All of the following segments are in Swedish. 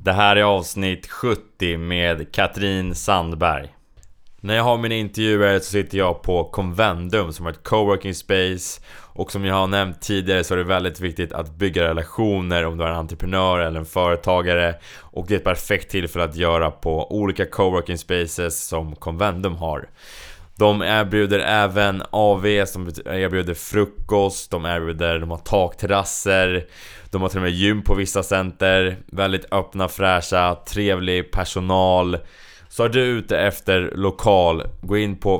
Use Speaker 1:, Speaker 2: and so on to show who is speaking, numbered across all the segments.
Speaker 1: Det här är avsnitt 70 med Katrin Sandberg. När jag har mina intervjuer så sitter jag på Convendum som är ett coworking space. Och som jag har nämnt tidigare så är det väldigt viktigt att bygga relationer om du är en entreprenör eller en företagare. Och det är ett perfekt tillfälle att göra på olika coworking spaces som Convendum har. De erbjuder även AV, som erbjuder frukost, de har takterrasser, de har till och med gym på vissa center, väldigt öppna, fräscha, trevlig personal. Så är du ute efter lokal, gå in på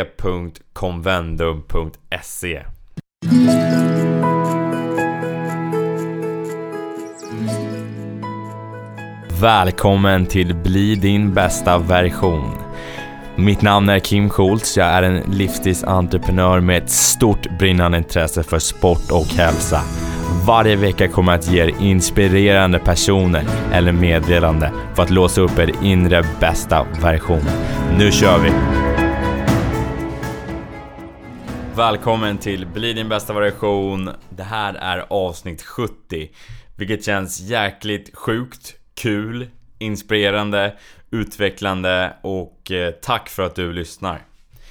Speaker 1: www.convendum.se. Välkommen till Bli din bästa version. Mitt namn är Kim Schultz, jag är en livsstilsentreprenör med ett stort brinnande intresse för sport och hälsa. Varje vecka kommer jag att ge er inspirerande personer eller meddelande för att låsa upp er inre bästa version. Nu kör vi! Välkommen till Bli din bästa version. Det här är avsnitt 70, vilket känns jäkligt sjukt, kul, inspirerande, utvecklande och tack för att du lyssnar.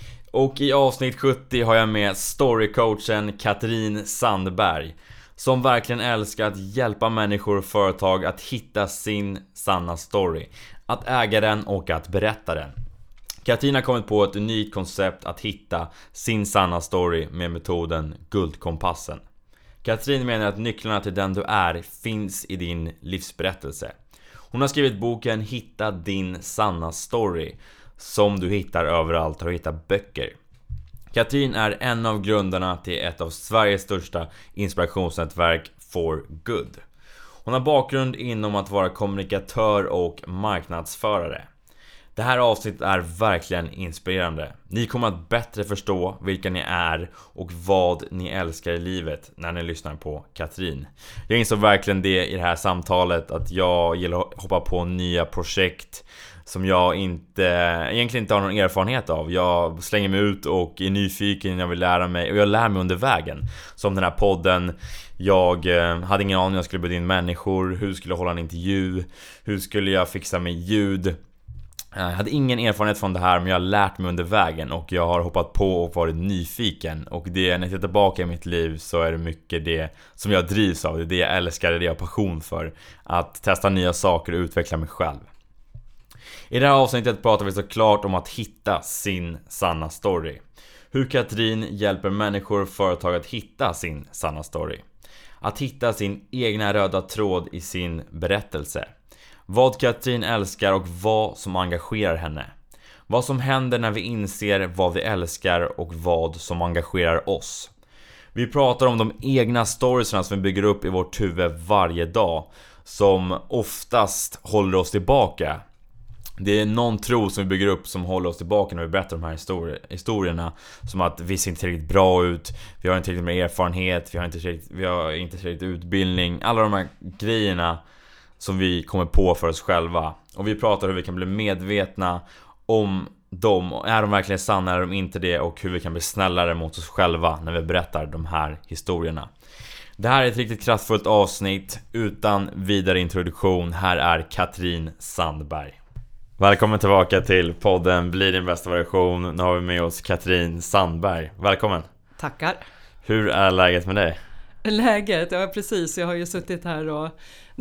Speaker 1: Och i avsnitt 70 har jag med storycoachen Katrin Sandberg, som verkligen älskar att hjälpa människor och företag att hitta sin sanna story, att äga den och att berätta den. Katrin har kommit på ett unikt koncept att hitta sin sanna story med metoden Guldkompassen. Katrin menar att nycklarna till den du är finns i din livsberättelse. Hon har skrivit boken Hitta din sanna story, som du hittar överallt och hittar böcker. Katrin är en av grundarna till ett av Sveriges största inspirationsnätverk, For Good. Hon har bakgrund inom att vara kommunikatör och marknadsförare. Det här avsnittet är verkligen inspirerande. Ni kommer att bättre förstå vilka ni är och vad ni älskar i livet när ni lyssnar på Katrin. Jag insåg verkligen det i det här samtalet, att jag gillar att hoppa på nya projekt som jag egentligen inte har någon erfarenhet av. Jag slänger mig ut och är nyfiken, jag vill lära mig och jag lär mig under vägen. Som den här podden, jag hade ingen aning om jag skulle bjuda in människor, hur skulle jag hålla en intervju, hur skulle jag fixa med ljud. Jag hade ingen erfarenhet från det här, men jag har lärt mig under vägen och jag har hoppat på och varit nyfiken. Och det, när jag tittar tillbaka i mitt liv, så är det mycket det som jag drivs av. Det är det jag älskar, det är det jag har passion för. Att testa nya saker och utveckla mig själv. I det här avsnittet pratar vi såklart om att hitta sin sanna story. Hur Katrin hjälper människor och företag att hitta sin sanna story. Att hitta sin egna röda tråd i sin berättelse. Vad Katrin älskar och vad som engagerar henne. Vad som händer när vi inser vad vi älskar och vad som engagerar oss. Vi pratar om de egna storiesarna som vi bygger upp i vårt huvud varje dag, som oftast håller oss tillbaka. Det är någon tro som vi bygger upp som håller oss tillbaka när vi berättar de här historierna. Som att vi ser inte tillräckligt bra ut, vi har inte tillräckligt med erfarenhet, vi har inte tillräckligt utbildning. Alla de här grejerna som vi kommer på för oss själva. Och vi pratar hur vi kan bli medvetna om dem. Är de verkligen sanna, är de inte det? Och hur vi kan bli snällare mot oss själva när vi berättar de här historierna. Det här är ett riktigt kraftfullt avsnitt. Utan vidare introduktion, här är Katrin Sandberg. Välkommen tillbaka till podden Bli din bästa version. Nu har vi med oss Katrin Sandberg. Välkommen.
Speaker 2: Tackar.
Speaker 1: Hur är läget med dig?
Speaker 2: Läget? Ja, precis. Jag har ju suttit här och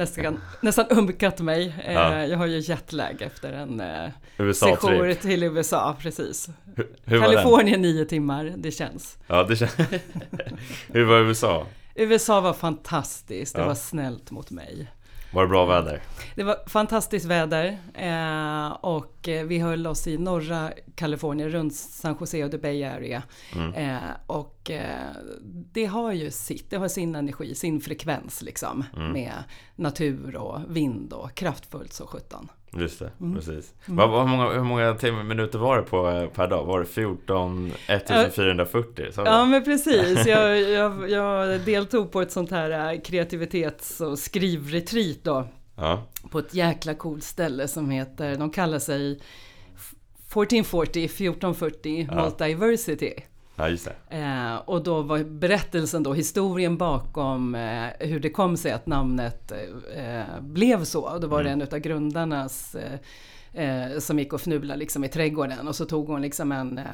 Speaker 2: nästan umkat mig.
Speaker 1: Ja.
Speaker 2: Jag har ju jetlag efter en
Speaker 1: USA-trip
Speaker 2: session till USA, precis.
Speaker 1: Hur
Speaker 2: Kalifornien 9 timmar, det känns.
Speaker 1: Ja, det känns. Hur var USA?
Speaker 2: USA var fantastiskt, det var snällt mot mig.
Speaker 1: Var det bra väder?
Speaker 2: Det var fantastiskt väder och vi höll oss i norra Kalifornien runt San Jose och the Bay Area. Och det har ju det har sin energi, sin frekvens liksom, med natur och vind och kraftfullt så 17.
Speaker 1: Just det, precis. Hur många minuter var det på per dag? Var det 1440?
Speaker 2: Ja, men precis. Jag deltog på ett sånt här kreativitets- och skrivretreat då.
Speaker 1: Ja.
Speaker 2: På ett jäkla coolt ställe som heter, de kallar sig 1440 Multiversity.
Speaker 1: Ja, just det.
Speaker 2: Och då var berättelsen då, historien bakom hur det kom sig att namnet blev så. Och då var det en av grundarnas som gick och fnulade liksom i trädgården. Och så tog hon liksom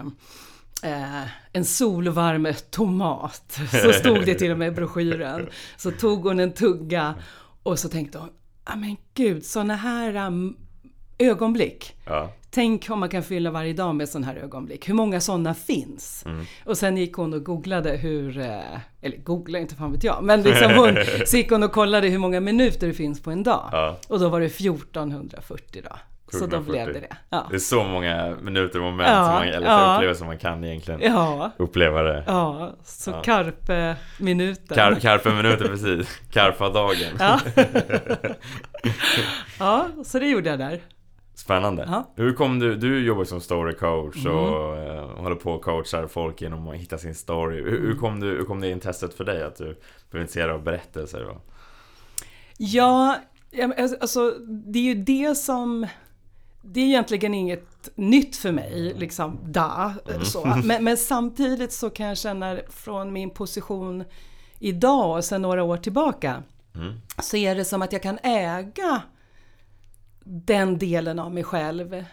Speaker 2: en solvarm tomat. Så stod det till och med i broschyren. Så tog hon en tugga och så tänkte hon, men gud, såna här ögonblick.
Speaker 1: Ja.
Speaker 2: Tänk om man kan fylla varje dag med sån här ögonblick. Hur många sådana finns? Och sen gick hon och googlade eller googlade inte, fan vet jag. Men liksom så gick hon och kollade hur många minuter det finns på en dag.
Speaker 1: Ja.
Speaker 2: Och då var det 1440 då. Så då blev det. Ja.
Speaker 1: Det är så många minuter och moment som man, eller upplevelser som man kan egentligen uppleva det.
Speaker 2: Ja, så carpe minuter.
Speaker 1: Carpe minuter, precis. Carpe dagen.
Speaker 2: Ja. Ja, så det gjorde jag där.
Speaker 1: Spännande.
Speaker 2: Ja.
Speaker 1: Hur kom du jobbar som story coach och håller på och coachar folk genom att hitta sin story. Hur kom det intresset för dig att du blev intresserad av berättelser?
Speaker 2: Ja, alltså det är ju det som... Det är egentligen inget nytt för mig, liksom, så. Men samtidigt så kan jag känna från min position idag och sedan några år tillbaka så är det som att jag kan äga den delen av mig själv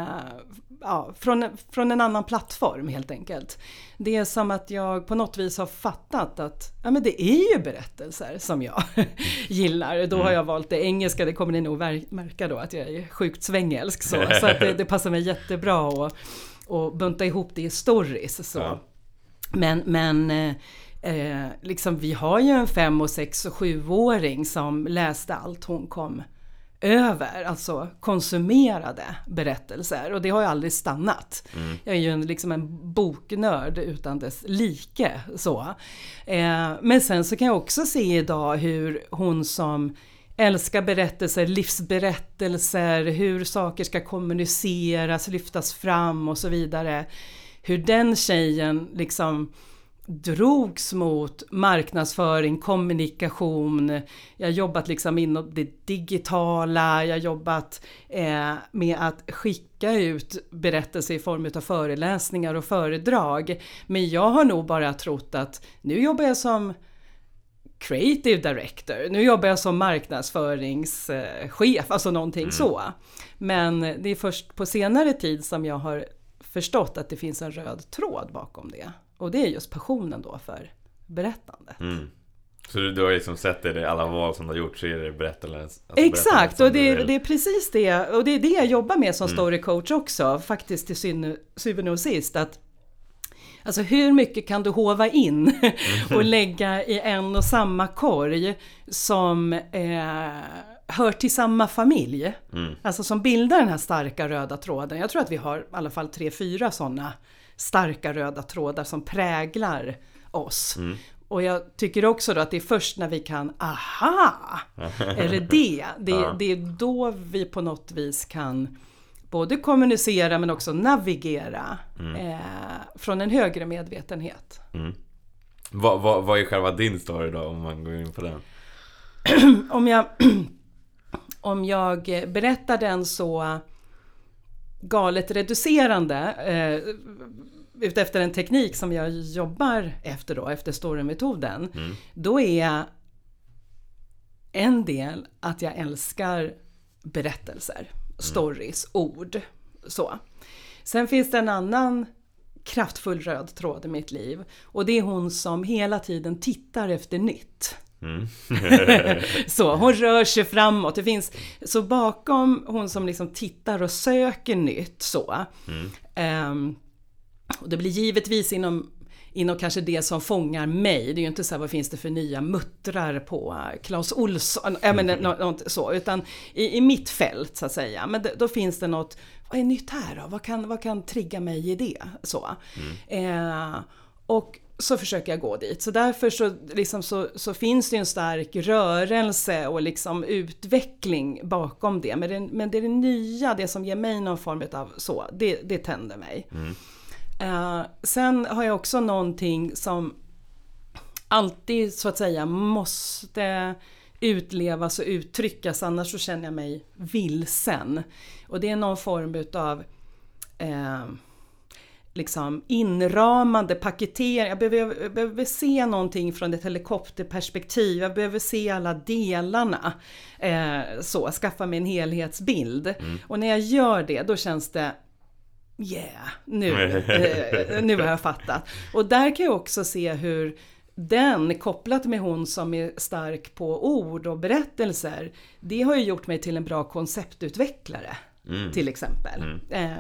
Speaker 2: från en annan plattform helt enkelt. Det är som att jag på något vis har fattat att men det är ju berättelser som jag gillar. Då har jag valt det engelska, det kommer ni nog märka då att jag är sjukt svengelsk så att det passar mig jättebra att bunta ihop det i stories. Så. Ja. Men liksom, vi har ju en 5-, 6- och 7-åring som läste allt hon kom över, alltså konsumerade berättelser, och det har ju aldrig stannat. Jag är ju liksom en boknörd utan dess like så. Men sen så kan jag också se idag hur hon som älskar berättelser, livsberättelser, hur saker ska kommuniceras, lyftas fram och så vidare, hur den tjejen liksom drogs mot marknadsföring, kommunikation. Jag har jobbat liksom inom det digitala, jag har jobbat med att skicka ut berättelser i form av föreläsningar och föredrag. Men jag har nog bara trott att nu jobbar jag som creative director, nu jobbar jag som marknadsföringschef, alltså någonting så. Men det är först på senare tid som jag har förstått att det finns en röd tråd bakom det. Och det är just passionen då för berättandet.
Speaker 1: Så du har liksom sett det i alla val som du har gjort, så är det berättelsen. Alltså
Speaker 2: exakt, och det är precis det. Och det är det jag jobbar med som story coach också. Faktiskt till syvende och sist. Att, alltså hur mycket kan du hova in och lägga i en och samma korg som hör till samma familj. Alltså som bildar den här starka röda tråden. Jag tror att vi har i alla fall 3-4 sådana starka röda trådar som präglar oss. Och jag tycker också då att det är först när vi kan, är det är då vi på något vis kan både kommunicera men också navigera från en högre medvetenhet.
Speaker 1: Vad är själva din story då, om man går in på den?
Speaker 2: Om jag berättar den så galet reducerande utefter en teknik som jag jobbar efter då, efter storymetoden, då är en del att jag älskar berättelser, stories, ord, så. Sen finns det en annan kraftfull röd tråd i mitt liv, och det är hon som hela tiden tittar efter nytt. Så hon rör sig framåt. Det finns så bakom hon som liksom tittar och söker nytt så. Och det blir givetvis inom kanske det som fångar mig. Det är ju inte så här, vad finns det för nya muttrar på Claes Olsson, något så, utan i mitt fält så att säga. Men då finns det något, vad är nytt här då? Vad kan trigga mig i det så? Och så försöker jag gå dit. Så därför så finns det ju en stark rörelse och liksom utveckling bakom det. Men det är det nya, det som ger mig någon form av så, det tänder mig. Sen har jag också någonting som alltid så att säga måste utlevas och uttryckas, annars så känner jag mig vilsen. Och det är någon form av liksom inramande, paketering. Jag behöver se någonting från ett helikopterperspektiv. Jag behöver se alla delarna. Skaffa mig en helhetsbild. Och när jag gör det, då känns det nu har jag fattat. Och där kan jag också se hur den, kopplat med hon som är stark på ord och berättelser, det har ju gjort mig till en bra konceptutvecklare till exempel.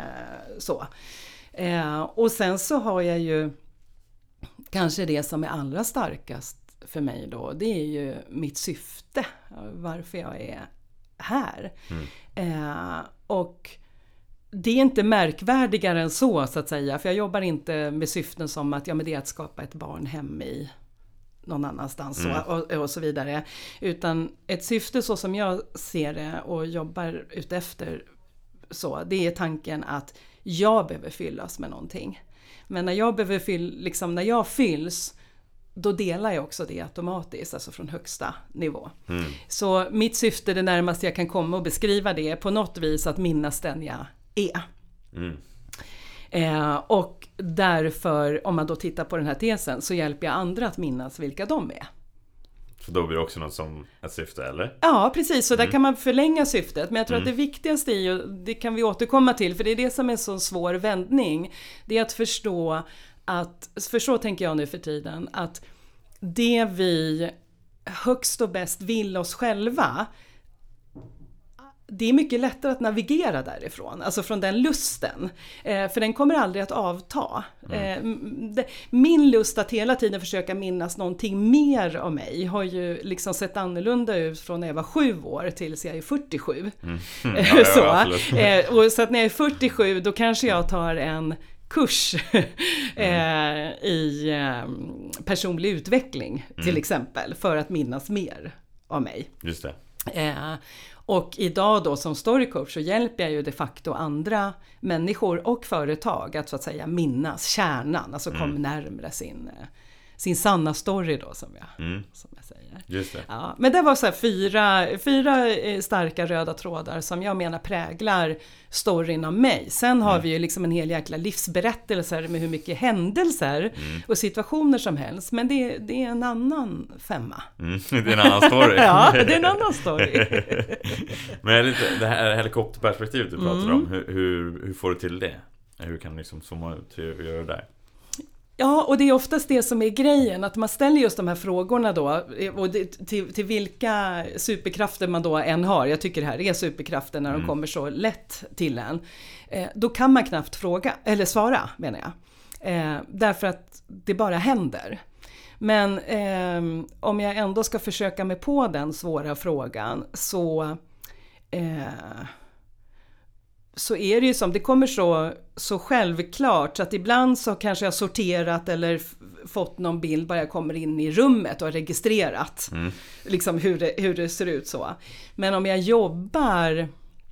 Speaker 2: Och sen så har jag ju kanske det som är allra starkast för mig då, det är ju mitt syfte, varför jag är här. Och det är inte märkvärdigare än så att säga, för jag jobbar inte med syften som att men det är att skapa ett barnhem i någon annanstans och så vidare, utan ett syfte så som jag ser det och jobbar utefter, så det är tanken att jag behöver fyllas med någonting. Men när jag fylls, då delar jag också det automatiskt, alltså från högsta nivå. Så mitt syfte, det närmaste jag kan komma och beskriva det, är på något vis att minnas den jag är. Och därför, om man då tittar på den här tesen, så hjälper jag andra att minnas vilka de är.
Speaker 1: Så då blir det också något som ett syfte, eller?
Speaker 2: Ja, precis. Så där kan man förlänga syftet. Men jag tror att det viktigaste är ju, det kan vi återkomma till, för det är det som är så svår vändning. Det är att förstå tänker jag nu för tiden, att det vi högst och bäst vill oss själva, det är mycket lättare att navigera därifrån, alltså från den lusten, för den kommer aldrig att avta. Min lust att hela tiden försöka minnas någonting mer av mig har ju liksom sett annorlunda ut från när jag var 7 år tills jag är 47. Så att när jag är 47, då kanske jag tar en kurs i personlig utveckling till exempel, för att minnas mer av mig.
Speaker 1: Just det.
Speaker 2: Och idag då som storycoach så hjälper jag ju de facto andra människor och företag att så att säga minnas kärnan, alltså komma närmare sin sanna story då, som jag säger.
Speaker 1: Just det.
Speaker 2: Ja, men det var så här fyra starka röda trådar som jag menar präglar storyn av mig. Sen har vi ju liksom en hel jäkla livsberättelser med hur mycket händelser och situationer som helst. Men det är en annan femma.
Speaker 1: Det är en annan story.
Speaker 2: Ja, det är en annan story.
Speaker 1: Men det här helikopterperspektivet du pratar om, hur får du till det? Hur kan du liksom zooma ut och göra det där?
Speaker 2: Ja, och det är oftast det som är grejen, att man ställer just de här frågorna då, och till vilka superkrafter man då än har. Jag tycker det här är superkrafter när de kommer så lätt till en. Då kan man knappt svara, menar jag. Därför att det bara händer. Men om jag ändå ska försöka mig på den svåra frågan, så är det ju som, det kommer så självklart, så att ibland så kanske jag sorterat eller fått någon bild bara jag kommer in i rummet och har registrerat liksom hur det ser ut så. Men om jag jobbar,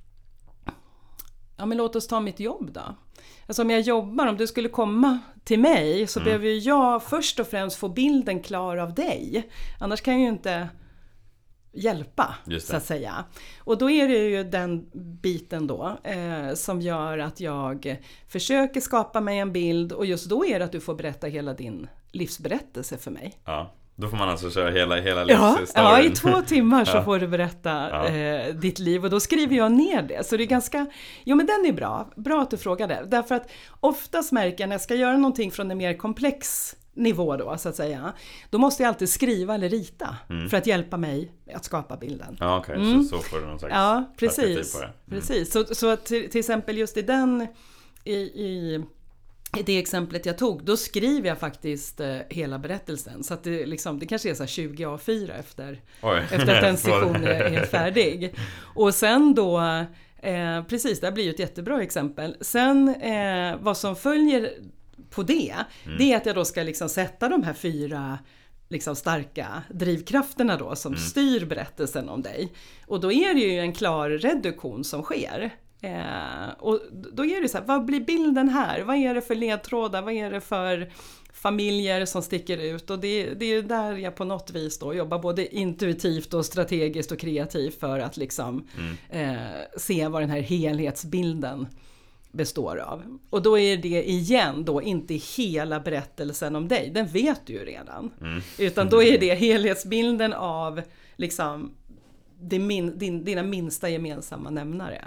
Speaker 2: men låt oss ta mitt jobb då. Alltså om du skulle komma till mig, så behöver jag först och främst få bilden klar av dig. Annars kan jag ju inte hjälpa, så att säga. Och då är det ju den biten då som gör att jag försöker skapa mig en bild, och just då är det att du får berätta hela din livsberättelse för mig. Ja,
Speaker 1: då får man alltså köra hela livshistorien.
Speaker 2: Ja, i 2 timmar så får du berätta ditt liv, och då skriver jag ner det. Så det är ganska, men den är bra att du frågade. Därför att oftast märker jag när jag ska göra någonting från en mer komplex nivå då, så att säga, då måste jag alltid skriva eller rita för att hjälpa mig att skapa bilden.
Speaker 1: Ja, okej. Så får du någon slags perspektiv på det.
Speaker 2: Precis. Så att till exempel just i den i det exemplet jag tog, då skriver jag faktiskt hela berättelsen, så att det kanske är så här 20 A4 efter att en session är färdig. Och sen då precis, det blir ju ett jättebra exempel. Sen vad som följer på det är att jag då ska liksom sätta de här 4 liksom starka drivkrafterna då som styr berättelsen om dig. Och då är det ju en klar reduktion som sker. Och då är det så här, vad blir bilden här? Vad är det för ledtrådar? Vad är det för familjer som sticker ut? Och det är där jag på något vis då jobbar både intuitivt och strategiskt och kreativt för att liksom se vad den här helhetsbilden består av. Och då är det igen då inte hela berättelsen om dig, den vet du ju redan. Utan då är det helhetsbilden av liksom dina minsta gemensamma nämnare.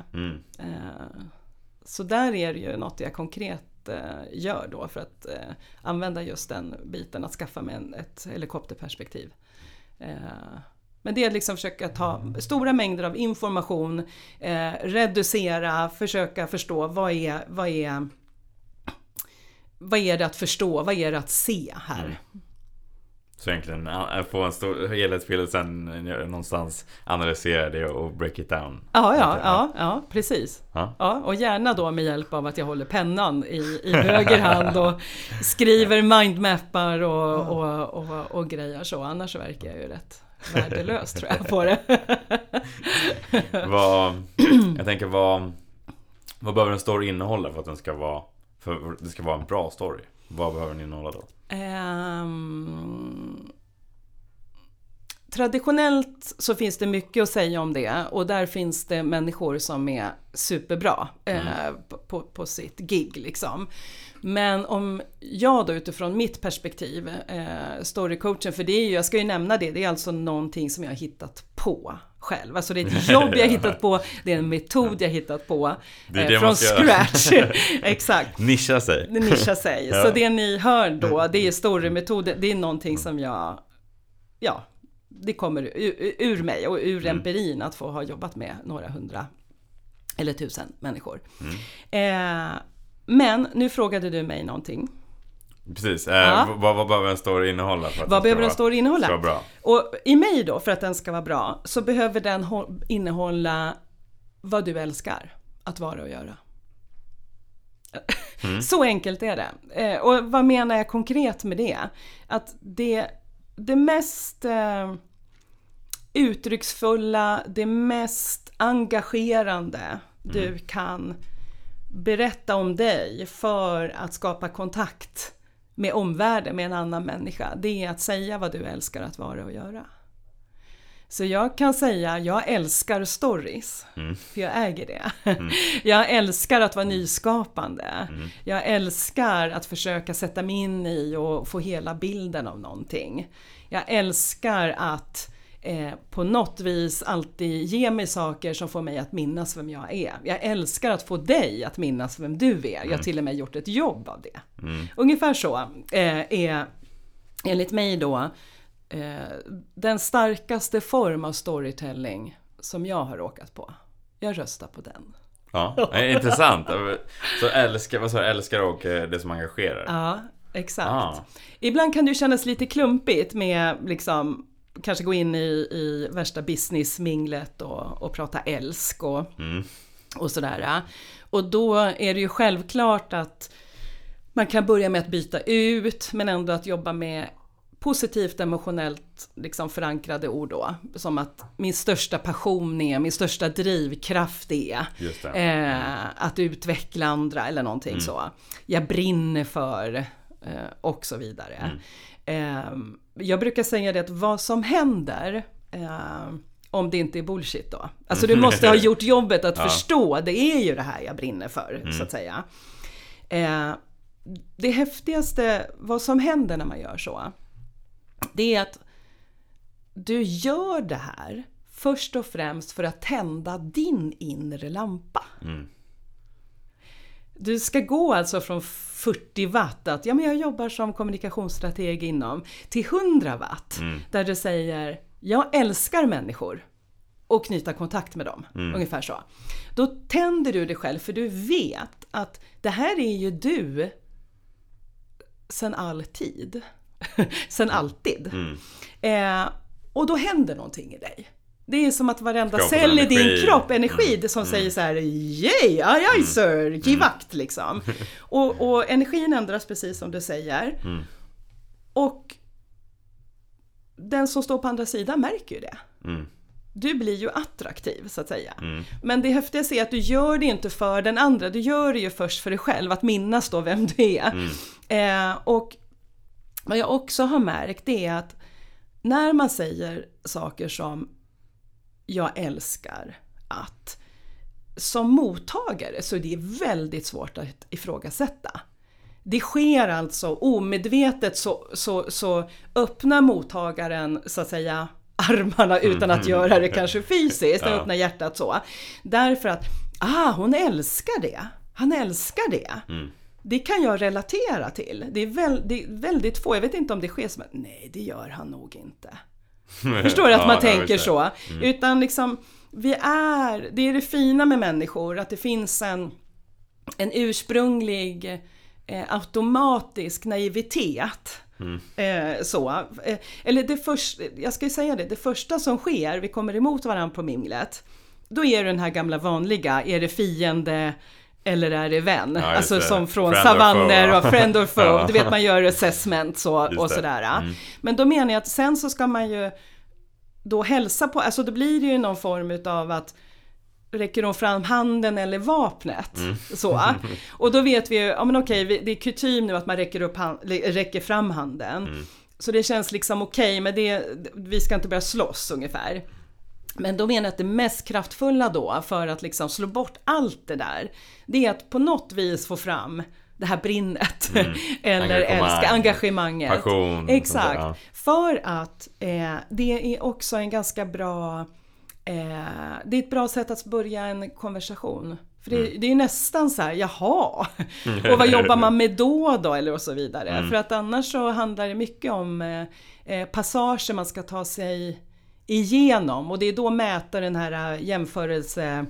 Speaker 2: Så där är det ju något jag konkret gör då för att använda just den biten, att skaffa mig ett helikopterperspektiv. Men det är att liksom försöka ta stora mängder av information, reducera, försöka förstå vad är det att förstå, vad är det att se här.
Speaker 1: Så egentligen få en stor helhetsbild och sen någonstans analysera det och break it down.
Speaker 2: Ja, precis. Ja, och gärna då med hjälp av att jag håller pennan i höger hand och skriver mindmappar och grejer så. Annars verkar jag ju rätt värdelös tror jag på det.
Speaker 1: Jag tänker vad behöver en story innehålla för att det ska vara en bra story? Vad behöver den innehålla då?
Speaker 2: Traditionellt så finns det mycket att säga om det, och där finns det människor som är superbra på sitt gig liksom. Men om jag då utifrån mitt perspektiv, storycoachen, för det är ju, jag ska ju nämna det är alltså någonting som jag har hittat på själv. Alltså det är ett jobb jag har hittat på, det är en metod jag har hittat på från scratch. Exakt.
Speaker 1: Nischa sig.
Speaker 2: Så det ni hör då, det är storymetoden, det är någonting som det kommer ur mig och ur empirin att få ha jobbat med några 100 eller 1000 människor. Men nu frågade du mig någonting.
Speaker 1: Precis, vad behöver en story innehålla?
Speaker 2: Vad behöver en story innehålla? Bra. Och i mig då, för att den ska vara bra, så behöver den innehålla vad du älskar att vara och göra. Så enkelt är det. Och vad menar jag konkret med det? Att det mest uttrycksfulla, det mest engagerande du kan berätta om dig för att skapa kontakt med omvärlden, med en annan människa, det är att säga vad du älskar att vara och göra. Så jag kan säga, jag älskar stories, för jag äger det. Jag älskar att vara nyskapande. Jag älskar att försöka sätta mig in i och få hela bilden av någonting. Jag älskar att på något vis alltid ge mig saker som får mig att minnas vem jag är. Jag älskar att få dig att minnas vem du är. Jag har till och med gjort ett jobb av det. Ungefär så är enligt mig då den starkaste form av storytelling som jag har råkat på. Jag röstar på den.
Speaker 1: Ja, intressant. Så älskar och det som engagerar.
Speaker 2: Ja, exakt. Ibland kan det kännas lite klumpigt med liksom kanske gå in i värsta businessminglet och prata älsk och sådär. Och då är det ju självklart att man kan börja med att byta ut, men ändå att jobba med positivt emotionellt liksom förankrade ord då. Som att min största passion är, min största drivkraft är att utveckla andra eller någonting så. Jag brinner för och så vidare. Jag brukar säga det att vad som händer om det inte är bullshit då. Alltså du måste ha gjort jobbet att förstå, det är ju det här jag brinner för så att säga. Det häftigaste, vad som händer när man gör så, det är att du gör det här först och främst för att tända din inre lampa. Du ska gå alltså från 40 watt att jag jobbar som kommunikationsstrateg inom till 100 watt där du säger jag älskar människor och knyta kontakt med dem. Ungefär så. Då tänder du dig själv, för du vet att det här är ju du sen alltid. Sen alltid. Och då händer någonting i dig. Det är som att varenda cell i din kropp, energi, som säger så här: yay, aj sir, giv akt liksom. Och energin ändras precis som du säger. Och den som står på andra sidan märker ju det. Du blir ju attraktiv så att säga. Men det häftiga är att du gör det inte för den andra, du gör det ju först för dig själv, att minnas då vem du är. Och vad jag också har märkt är att när man säger saker som jag älskar att som mottagare så är det väldigt svårt att ifrågasätta. Det sker alltså omedvetet så öppnar mottagaren så att säga armarna utan att göra det kanske fysiskt, öppnar hjärtat så. Därför att, hon älskar det. Han älskar det. Det kan jag relatera till. Det är väldigt få, jag vet inte om det sker som att, nej det gör han nog inte. Förstår du att man tänker så? Utan liksom, det är det fina med människor, att det finns en ursprunglig automatisk naivitet. Eller jag ska säga det första som sker, vi kommer emot varandra på minglet, då är det den här gamla vanliga, är det fiende eller är det vän? Alltså som från Savanner och Friend or Foe. Du vet, man gör assessment och sådär. Men då menar jag att sen så ska man ju då hälsa på, alltså då blir det ju någon form av att räcker de fram handen eller vapnet så. Och då vet vi ju, men okej, det är kutym nu att man räcker fram handen. Så det känns liksom okej, men vi ska inte börja slåss ungefär. Men då menar jag att det mest kraftfulla då för att liksom slå bort allt det där, det är att på något vis få fram det här brinnet eller engagemanget.
Speaker 1: Passion.
Speaker 2: Exakt. För att det är också en ganska bra det är ett bra sätt att börja en konversation. För det är nästan så här, jaha, och vad jobbar man med då eller och så vidare. För att annars så handlar det mycket om passager man ska ta sig igenom. Och det är då mäta den här jämförelse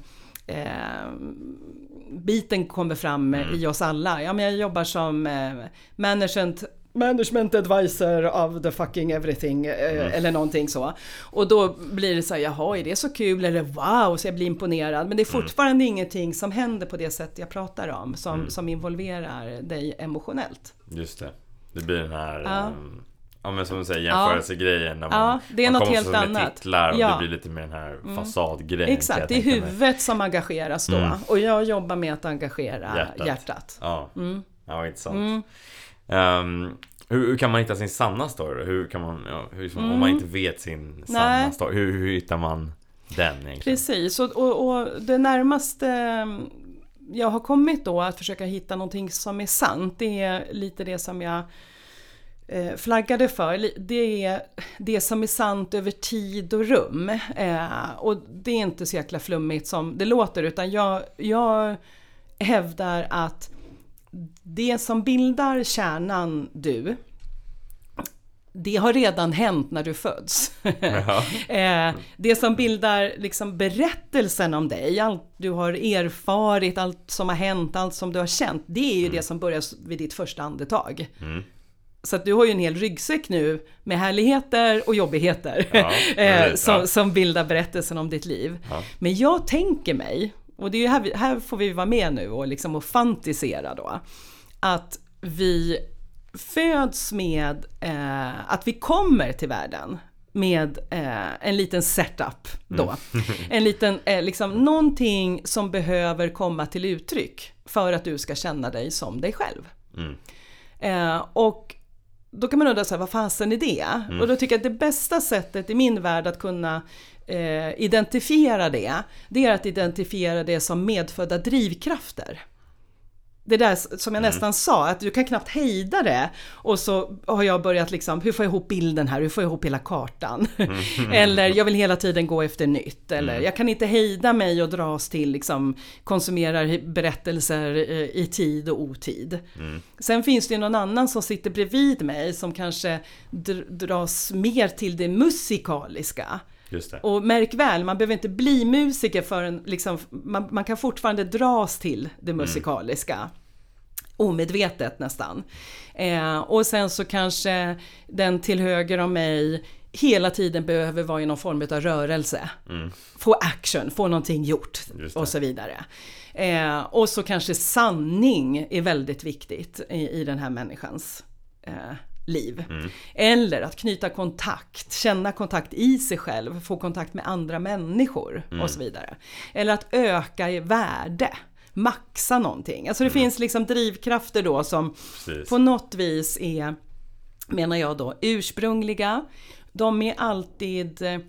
Speaker 2: biten kommer fram i oss alla. Ja, men jag jobbar som management advisor of the fucking everything eller någonting så. Och då blir det så här, jaha, är det så kul eller wow, så jag blir imponerad. Men det är fortfarande ingenting som händer på det sätt jag pratar om som involverar dig emotionellt.
Speaker 1: Just det. Det blir den här men som du säger, jämförelsegrejen när
Speaker 2: det är
Speaker 1: man
Speaker 2: något
Speaker 1: kommer
Speaker 2: helt
Speaker 1: som
Speaker 2: annat.
Speaker 1: Titlar och det blir lite mer den här fasadgrejen.
Speaker 2: Exakt, det är huvudet som engageras då. Och jag jobbar med att engagera hjärtat.
Speaker 1: Ja, intressant. Hur kan man hitta sin sanna story? Hur kan man, om man inte vet sin sanna story, hur hittar man den egentligen? Precis,
Speaker 2: och det närmaste jag har kommit då att försöka hitta någonting som är sant, det är lite det som jag flaggade för. Det är det som är sant över tid och rum. Och det är inte så jäkla flummigt som det låter, utan jag hävdar att det som bildar kärnan du, det har redan hänt när du föds. Det som bildar liksom berättelsen om dig, allt du har erfarit, allt som har hänt, allt som du har känt, det är ju det som börjar vid ditt första andetag. Så att du har ju en hel ryggsäck nu med härligheter och jobbigheter som bildar berättelsen om ditt liv. Men jag tänker mig, och det är ju här får vi vara med nu och liksom och fantisera då, att vi föds med att vi kommer till världen med en liten setup då. En liten liksom någonting som behöver komma till uttryck för att du ska känna dig som dig själv. Och då kan man undra så här, vad fasen är det? Och då tycker jag att det bästa sättet i min värld att kunna identifiera det är att identifiera det som medfödda drivkrafter. Det där som jag nästan sa, att du kan knappt hejda det, och så har jag börjat liksom, hur får jag ihop bilden här, hur får jag ihop hela kartan? Eller jag vill hela tiden gå efter nytt, eller jag kan inte hejda mig och dras till liksom, konsumerar berättelser i tid och otid. Sen finns det ju någon annan som sitter bredvid mig som kanske dras mer till det musikaliska.
Speaker 1: Just det.
Speaker 2: Och märk väl, man behöver inte bli musiker förrän liksom, man kan fortfarande dras till det musikaliska. Omedvetet nästan. Och sen så kanske den till höger om mig hela tiden behöver vara i någon form av rörelse. Få action, få någonting gjort och så vidare. Och så kanske sanning är väldigt viktigt i den här människans liv. Eller att knyta kontakt, känna kontakt i sig själv, få kontakt med andra människor och så vidare. Eller att öka i värde, maxa någonting. Alltså det finns liksom drivkrafter då som på något vis är, menar jag då, ursprungliga. De är alltid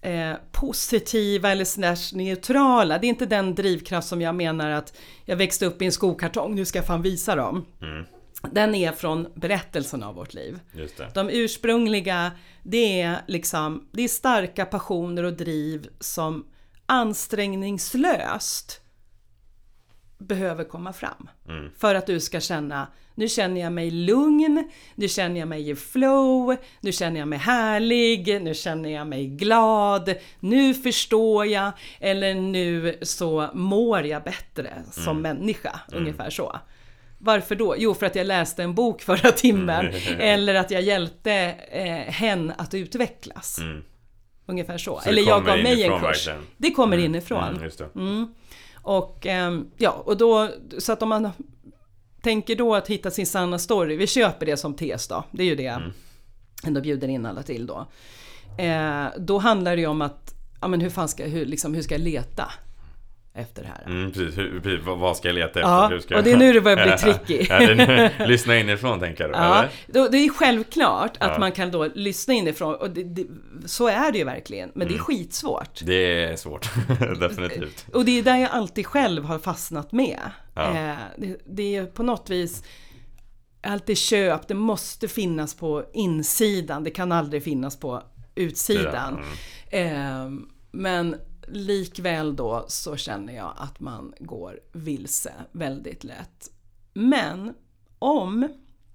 Speaker 2: positiva eller neutrala. Det är inte den drivkraft som jag menar att jag växte upp i en skokartong, nu ska jag fan visa dem. Den är från berättelsen av vårt liv.
Speaker 1: Just det.
Speaker 2: De ursprungliga, det är starka passioner och driv som ansträngningslöst behöver komma fram. För att du ska känna, nu känner jag mig lugn, nu känner jag mig i flow, nu känner jag mig härlig, nu känner jag mig glad, nu förstår jag, eller nu så mår jag bättre som människa, ungefär så. Varför då? Jo, för att jag läste en bok förra timmen eller att jag hjälpte hen att utvecklas. Ungefär så. Eller jag gav mig en kurs. Verkligen. Det kommer inifrån.
Speaker 1: Just det.
Speaker 2: Och och då, så att om man tänker då att hitta sin sanna story, vi köper det som tes då, det är ju det ändå bjuder in alla till då. Då handlar det ju om att, ja men hur ska jag leta efter det här?
Speaker 1: Precis, vad ska jag leta efter?
Speaker 2: Ja, och det är nu det börjar bli tricky.
Speaker 1: Lyssna inifrån tänker du,
Speaker 2: ja,
Speaker 1: eller?
Speaker 2: Det är självklart att man kan då lyssna inifrån, och så är det ju verkligen, men det är skitsvårt.
Speaker 1: Det är svårt, definitivt.
Speaker 2: Och det är där jag alltid själv har fastnat med. Det är på något vis alltid köp, det måste finnas på insidan, det kan aldrig finnas på utsidan. Men likväl då så känner jag att man går vilse väldigt lätt. Men om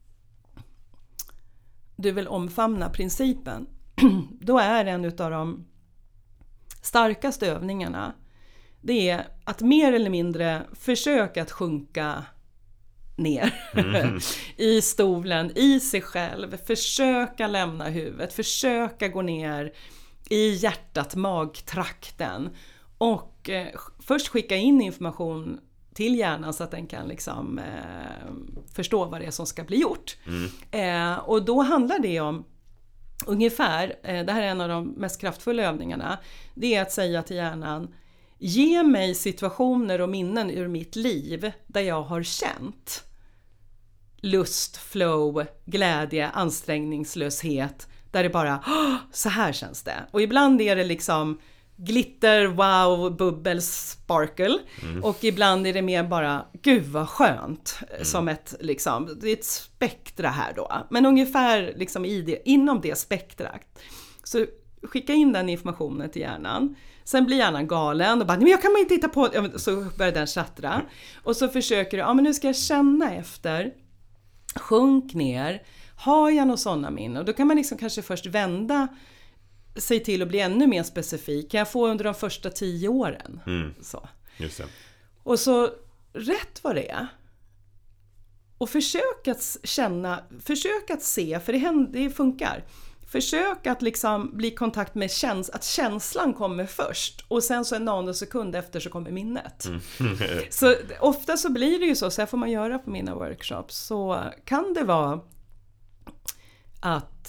Speaker 2: du vill omfamna principen, då är en av de starkaste övningarna, det är att mer eller mindre försöka att sjunka ner i stolen, i sig själv, försöka lämna huvudet, försöka gå ner i hjärtat, magtrakten, och först skicka in information till hjärnan så att den kan liksom förstå vad det är som ska bli gjort. Och då handlar det om ungefär, det här är en av de mest kraftfulla övningarna, det är att säga till hjärnan: ge mig situationer och minnen ur mitt liv där jag har känt lust, flow, glädje, ansträngningslöshet, där det bara, så här känns det. Och ibland är det liksom glitter, wow, bubbel, sparkle. Och ibland är det mer bara, gud vad skönt. Som ett, liksom, det är ett spektra här då. Men ungefär liksom inom det spektrat. Så skicka in den informationen till hjärnan. Sen blir hjärnan galen och bara, men jag kan inte titta på. Så börjar den chattra. Och så försöker du, men nu ska jag känna efter. Sjunk ner. Har jag några sådana minnen? Och då kan man liksom kanske först vända sig till att bli ännu mer specifik. Kan jag få under de första 10 åren? Så.
Speaker 1: Just det.
Speaker 2: Och så rätt vad det är. Och försök att känna, försök att se, för det funkar. Försök att liksom bli i kontakt med att känslan kommer först. Och sen så en nanosekund efter så kommer minnet. Så ofta så blir det ju så här får man göra på mina workshops. Så kan det vara att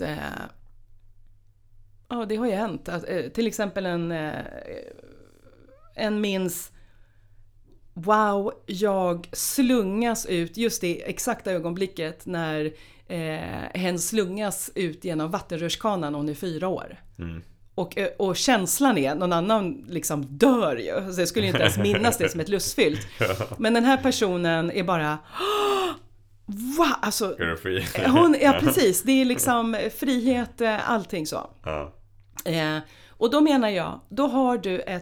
Speaker 2: det har ju hänt att, till exempel en minns, wow, jag slungas ut just det exakta ögonblicket när hen slungas ut genom vattenrörskanan och hon är 4 år. Och känslan är, någon annan liksom dör ju, så jag skulle inte ens minnas det som ett lustfyllt. Men den här personen är bara wow, alltså precis, det är liksom frihet, allting så. Och då menar jag, då har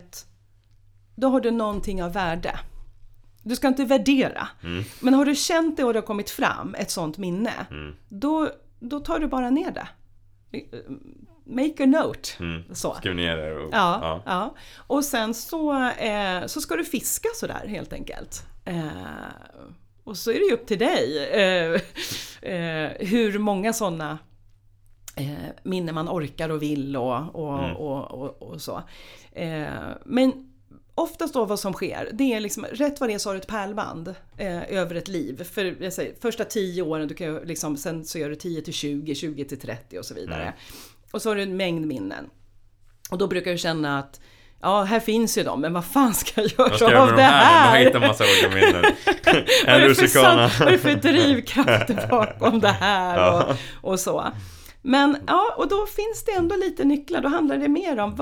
Speaker 2: du någonting av värde. Du ska inte värdera. Men har du känt det och det har kommit fram ett sånt minne, då tar du bara ner det. Make a note. Så.
Speaker 1: Skriv ner det.
Speaker 2: Ja. Och sen så ska du fiska så där helt enkelt. Och så är det ju upp till dig hur många sådana minnen man orkar och vill och så. Men oftast då vad som sker, det är liksom, rätt vad det är så har du ett pärlband över ett liv. För jag säger, första 10 åren, du kan liksom, sen så gör du 10 till 20, 20 till 30 och så vidare. Och så har du en mängd minnen. Och då brukar du känna att här finns ju de, men vad fan ska jag göra av det här?
Speaker 1: Jag hittar massa olika minnen.
Speaker 2: Vad är det för drivkrafter bakom det här och så. Men och då finns det ändå lite nycklar. Då handlar det mer om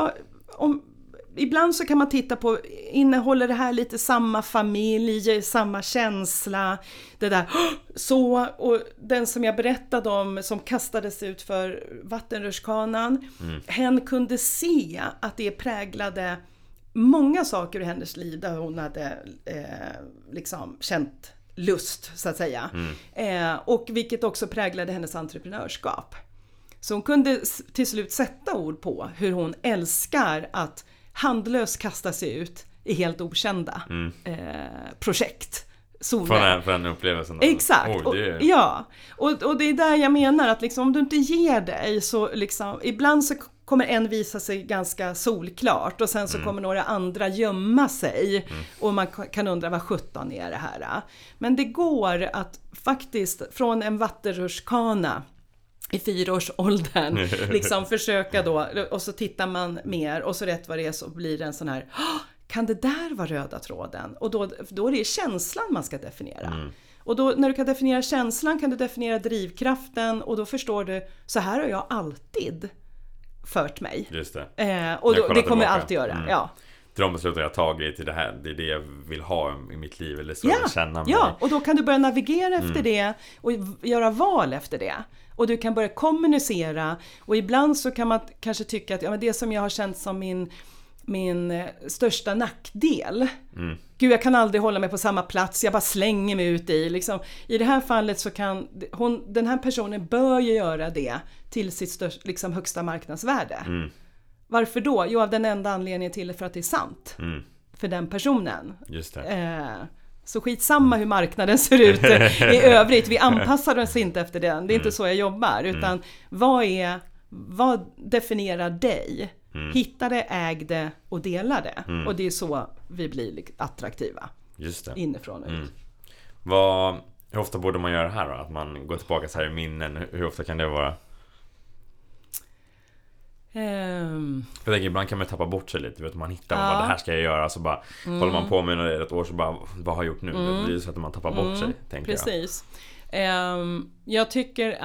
Speaker 2: ibland så kan man titta på, innehåller det här lite samma familj, samma känsla, det där så, och den som jag berättade om som kastades ut för vattenrutschkanan, hen kunde se att det präglade många saker i hennes liv där hon hade liksom känt lust, så att säga. Och vilket också präglade hennes entreprenörskap. Så hon kunde till slut sätta ord på hur hon älskar att handlöst kasta sig ut i helt okända projekt.
Speaker 1: För den upplevelsen.
Speaker 2: Exakt. Och det är där jag menar att liksom, om du inte ger dig så liksom, ibland så kommer en visa sig ganska solklart och sen så kommer några andra gömma sig och man kan undra vad 17 är det här. Men det går att faktiskt från en vattenrutschkana i 4-årsåldern liksom försöka då, och så tittar man mer och så rätt vad det är så blir det en sån här, kan det där vara röda tråden? Och då är det känslan man ska definiera. Och då när du kan definiera känslan kan du definiera drivkraften och då förstår du, så här har jag alltid fört mig.
Speaker 1: Just det.
Speaker 2: Och det kommer jag alltid göra. Ja.
Speaker 1: Till de beslut jag har tagit till det här, det är det jag vill ha i mitt liv eller så jag känner mig.
Speaker 2: Ja, och då kan du börja navigera efter det och göra val efter det. Och du kan börja kommunicera och ibland så kan man kanske tycka att men det som jag har känt som min största nackdel. Gud, jag kan aldrig hålla mig på samma plats, jag bara slänger mig ut i. Liksom. I det här fallet så kan den här personen bör ju göra det till sitt liksom, högsta marknadsvärde. Varför då? Jo, av den enda anledningen till för att det är sant. För den personen.
Speaker 1: Just det.
Speaker 2: Så skitsamma hur marknaden ser ut i övrigt. Vi anpassar oss inte efter den. Det är inte så jag jobbar. Utan vad definierar dig? Hitta det, äg det och dela det. Och det är så vi blir attraktiva.
Speaker 1: Just det.
Speaker 2: Inifrån och ut.
Speaker 1: Hur ofta borde man göra det här då? Att man går tillbaka så här i minnen. Hur ofta kan det vara? Jag tänker, ibland kan man tappa bort sig lite. Vet, man hittar vad det här ska jag göra. Så bara håller man på med ett år så bara, vad har jag gjort nu? Det blir så att man tappar bort sig, tänker jag.
Speaker 2: Precis. Jag tycker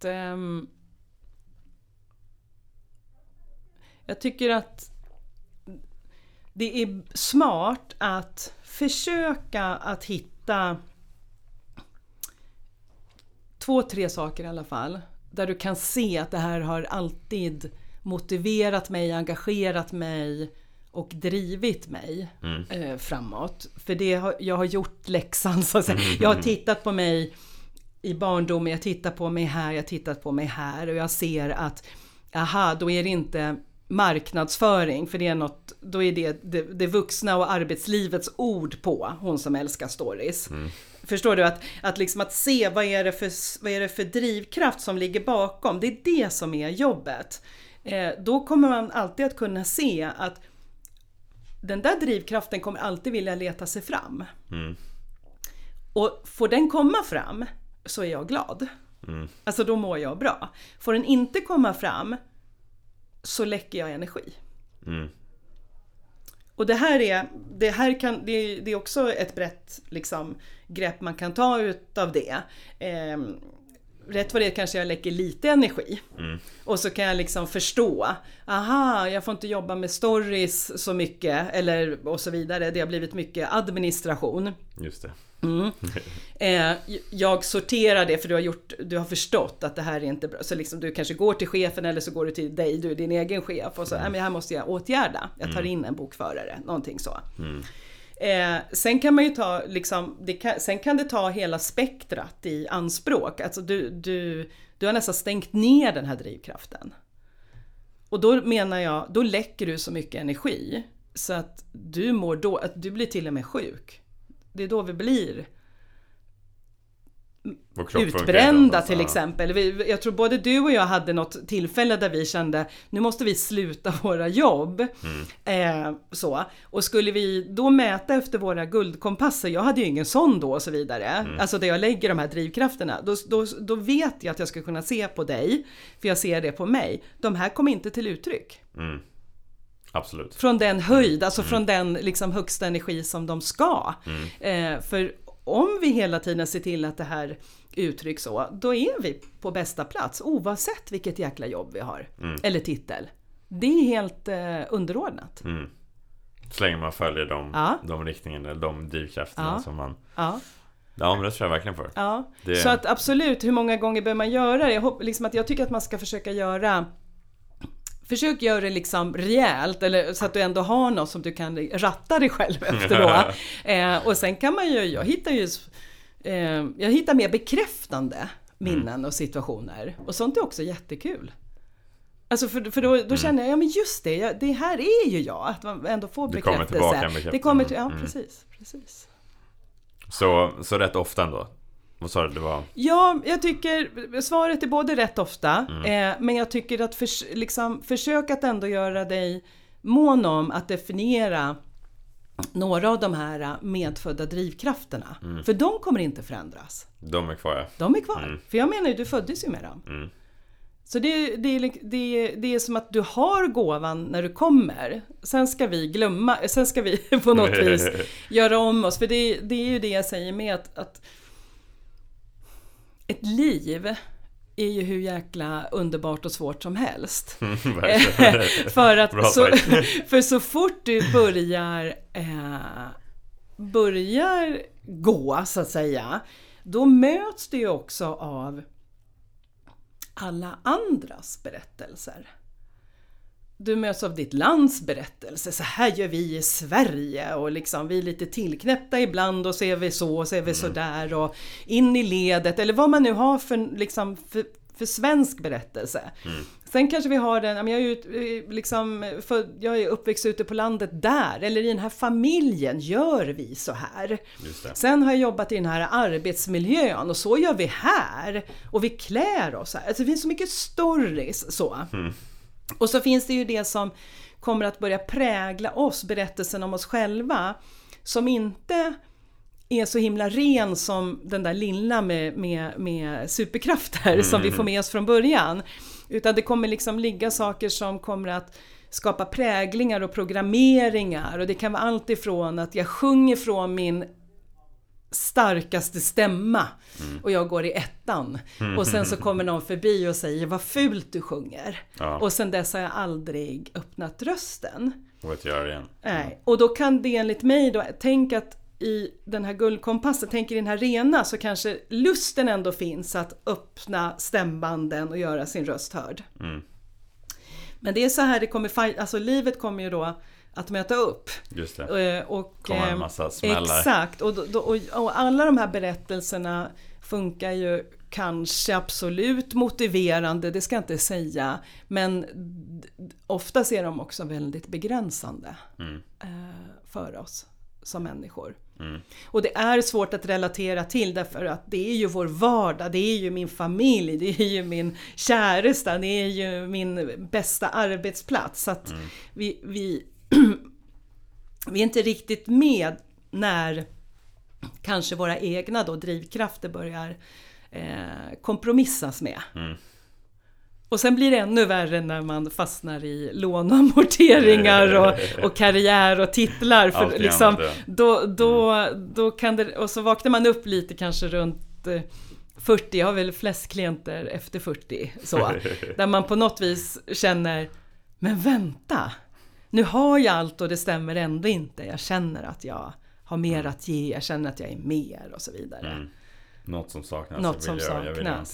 Speaker 2: att det är smart att försöka att hitta 2-3 saker i alla fall. Där du kan se att det här har alltid motiverat mig, engagerat mig och drivit mig framåt. För jag har gjort läxan så att säga. Jag har tittat på mig i barndomen, jag tittar på mig här, jag har tittat på mig här och jag ser att då är det inte marknadsföring, för det är något, då är det vuxna och arbetslivets ord på hon som älskar stories. Förstår du att se vad är det för drivkraft som ligger bakom, det är det som är jobbet. Då kommer man alltid att kunna se att den där drivkraften kommer alltid vilja leta sig fram. Och får den komma fram så är jag glad. Alltså då mår jag bra. Får den inte komma fram så läcker jag energi. Och det är också ett brett liksom, grepp man kan ta ut av det. Rätt vad det kanske jag läcker lite energi. Och så kan jag liksom förstå, jag får inte jobba med stories så mycket eller och så vidare. Det har blivit mycket administration.
Speaker 1: Just det.
Speaker 2: Jag sorterar det för du har förstått att det här är inte bra. Så liksom du kanske går till chefen eller så går du till dig, du är din egen chef och så, men här måste jag åtgärda. Jag tar in en bokförare, någonting så. Sen kan man ju ta liksom, sen kan det ta hela spektrat i anspråk. Alltså du har nästan stängt ner den här drivkraften. Och då menar jag, då läcker du så mycket energi så att att du blir till och med sjuk. Det är då vi blir utbrända till exempel. Jag tror både du och jag hade något tillfälle där vi kände, nu måste vi sluta våra jobb. Så. Och skulle vi då mäta efter våra guldkompasser, jag hade ju ingen sån då och så vidare. Alltså där jag lägger de här drivkrafterna, då vet jag att jag ska kunna se på dig, för jag ser det på mig. De här kommer inte till uttryck.
Speaker 1: Absolut.
Speaker 2: Från den höjd, alltså från den liksom högsta energi som de ska. För om vi hela tiden ser till att det här uttrycks så, då är vi på bästa plats oavsett vilket jäkla jobb vi har. Eller titel. Det är helt underordnat.
Speaker 1: Så länge man följer de riktningarna eller de drivkrafterna som man... Ja, men det tror jag verkligen för.
Speaker 2: Ja. Så att absolut, hur många gånger bör man göra det? Jag tycker att man ska försöka göra... Försök göra det liksom rejält, eller så att du ändå har något som du kan ratta dig själv efter då. Och sen kan man ju, jag hittar mer bekräftande minnen och situationer. Och sånt är också jättekul. Alltså för då känner jag, ja men just det här är ju jag, att man ändå får bekräftelse.
Speaker 1: Det kommer tillbaka en bekräftelse.
Speaker 2: Det kommer till, ja precis.
Speaker 1: Så rätt ofta ändå? Vad sa du det var?
Speaker 2: Ja, jag tycker svaret är både rätt ofta, men jag tycker att försök att ändå göra dig mån om att definiera några av de här medfödda drivkrafterna. För de kommer inte förändras.
Speaker 1: De är kvar, ja.
Speaker 2: De är kvar. För jag menar ju, du föddes ju med dem. Så det är som att du har gåvan när du kommer. Sen ska vi på något vis göra om oss. För det är ju det jag säger med att ett liv är ju hur jäkla underbart och svårt som helst. För så fort du börjar gå, så att säga, då möts du ju också av alla andras berättelser. Du möts av ditt lands berättelse. Så här gör vi i Sverige, och liksom vi är lite tillknäppta ibland, och så är vi så, och så är vi så där, och in i ledet, eller vad man nu har för svensk berättelse. Sen kanske vi har den, jag är uppväxt ute på landet där, eller i den här familjen gör vi så här. Sen har jag jobbat i den här arbetsmiljön, och så gör vi här, och vi klär oss här. Alltså det finns så mycket stories så. Och så finns det ju det som kommer att börja prägla oss, berättelsen om oss själva, som inte är så himla ren som den där lilla med superkrafter som vi får med oss från början. Utan det kommer liksom ligga saker som kommer att skapa präglingar och programmeringar. Och det kan vara allt ifrån att jag sjunger från min starkaste stämma och jag går i ettan. Och sen så kommer någon förbi och säger, vad fult du sjunger. Och sen dess har jag aldrig öppnat rösten.
Speaker 1: Och att göra det igen.
Speaker 2: Nej. Och då kan det enligt mig då, tänk att i den här guldkompassen, tänk i den här rena, så kanske lusten ändå finns att öppna stämbanden och göra sin röst hörd. Men det är så här det kommer, alltså livet kommer ju då att möta upp.
Speaker 1: Just det.
Speaker 2: Och
Speaker 1: kommer en massa smällar.
Speaker 2: Exakt. Och alla de här berättelserna funkar ju kanske absolut motiverande, det ska jag inte säga. Men ofta är de också väldigt begränsande för oss som människor. Och det är svårt att relatera till, därför att det är ju vår vardag, det är ju min familj, det är ju min käresta, det är ju min bästa arbetsplats. Så att vi är inte riktigt med när kanske våra egna då drivkrafter börjar kompromissas med. Och sen blir det ännu värre när man fastnar i låneamorteringar och karriär och titlar. För liksom, då kan det, och så vaknar man upp lite kanske runt 40, jag har väl flest klienter efter 40. Så, där man på något vis känner, men vänta, nu har jag allt och det stämmer ändå inte. Jag känner att jag har mer att ge, jag känner att jag är mer och så vidare.
Speaker 1: Något som saknas.
Speaker 2: Något som saknas,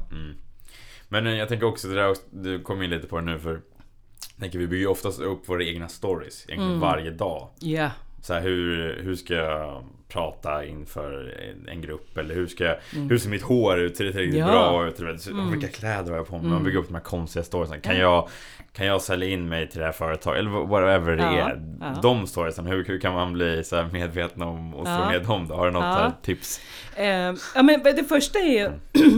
Speaker 1: Men jag tänker också, det där, du kom in lite på det nu, för jag tänker, vi bygger oftast upp våra egna stories egentligen varje dag. Så här, hur ska jag prata inför en grupp, eller hur ser mitt hår ut, ser det tillräckligt bra ut, vilka kläder har jag på mig, man bygger upp de här konstiga storiesen. Kan jag sälja in mig till det här företaget, eller whatever det är. De storiesen, hur kan man bli så här medveten om och slå ner dem då? Har du något tips?
Speaker 2: Men det första är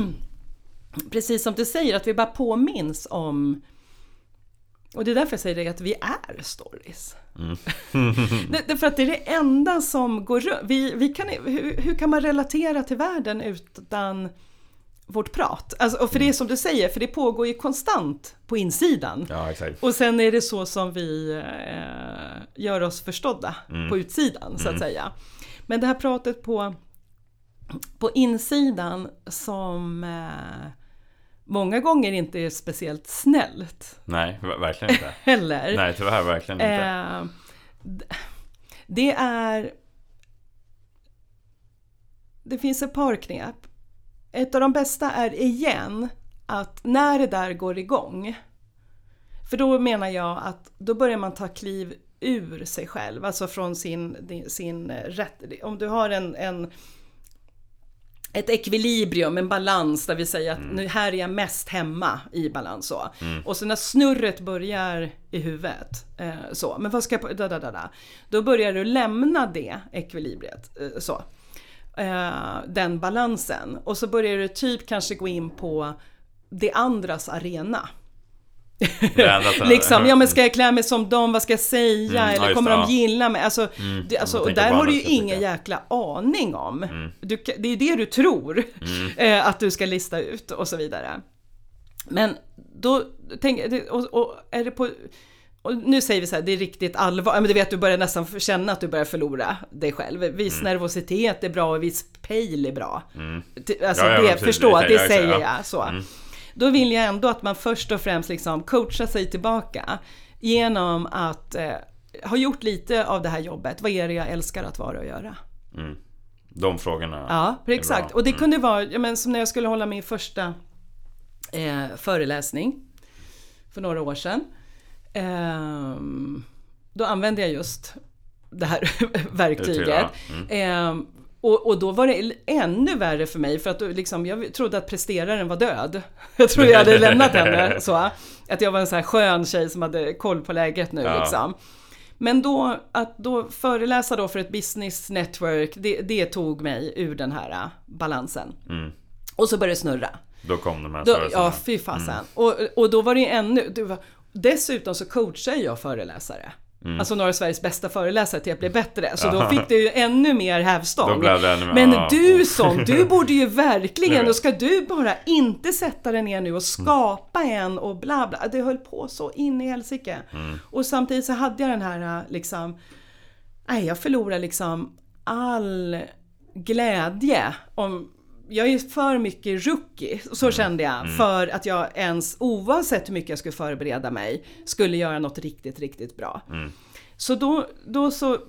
Speaker 2: precis som du säger, att vi bara påminns om, och det är därför jag säger det, att vi är stories. Därför att det är det enda som går runt. Hur kan man relatera till världen utan vårt prat? Alltså, och för det är som du säger, för det pågår ju konstant på insidan.
Speaker 1: Exakt.
Speaker 2: Och sen är det så som vi gör oss förstådda på utsidan, så att säga. Men det här pratet på insidan som många gånger inte är speciellt snällt.
Speaker 1: Nej, verkligen inte.
Speaker 2: Heller.
Speaker 1: Nej, tyvärr verkligen inte.
Speaker 2: Det finns ett par knep. Ett av de bästa är igen att när det där går igång, för då menar jag att då börjar man ta kliv ur sig själv, alltså från sin rätt. Om du har ett ekvilibrium, en balans där vi säger att nu här är jag mest hemma i balans så. Och så när snurret börjar i huvudet så, men vad ska jag då börjar du lämna det ekvilibriet så. Den balansen, och så börjar du typ kanske gå in på det andras arena. Liksom, ja men ska jag klä mig som dem, vad ska jag säga, eller kommer de gilla mig, alltså, och där har du ju ingen jäkla aning om. Det är det du tror att du ska lista ut och så vidare. Men då tänker och är det på, och nu säger vi så här, det är riktigt allvar, men du vet, du börjar nästan känna att du börjar förlora dig själv. Viss nervositet är bra och viss pejl är bra. Alltså det säger jag så. Då vill jag ändå att man först och främst liksom coachar sig tillbaka genom att ha gjort lite av det här jobbet. Vad är det jag älskar att vara och göra?
Speaker 1: De frågorna.
Speaker 2: Ja, exakt. Och det kunde vara, som när jag skulle hålla min första föreläsning för några år sedan. Då använde jag just det här verktyget. Och då var det ännu värre för mig, för att liksom, jag trodde att presteraren var död. Jag trodde jag hade lämnat henne så. Att jag var en sån här skön tjej som hade koll på läget nu liksom. Men att föreläsa då för ett business network, det tog mig ur den här balansen. Och så började det snurra.
Speaker 1: Då kom de här föreläsarna.
Speaker 2: Ja, fy fasen. Och då var det dessutom så coachar jag föreläsare. Alltså några av Sveriges bästa föreläsare till att bli bättre. Så då fick du ju ännu mer hävstång. Men du borde ju verkligen, då ska du bara inte sätta dig ner nu och skapa en och bla bla. Det höll på så in i helsike. Och samtidigt så hade jag den här liksom, jag förlorade liksom all glädje om. Jag är för mycket rookie, så kände jag, för att jag ens, oavsett hur mycket jag skulle förbereda mig, skulle göra något riktigt, riktigt bra. Så då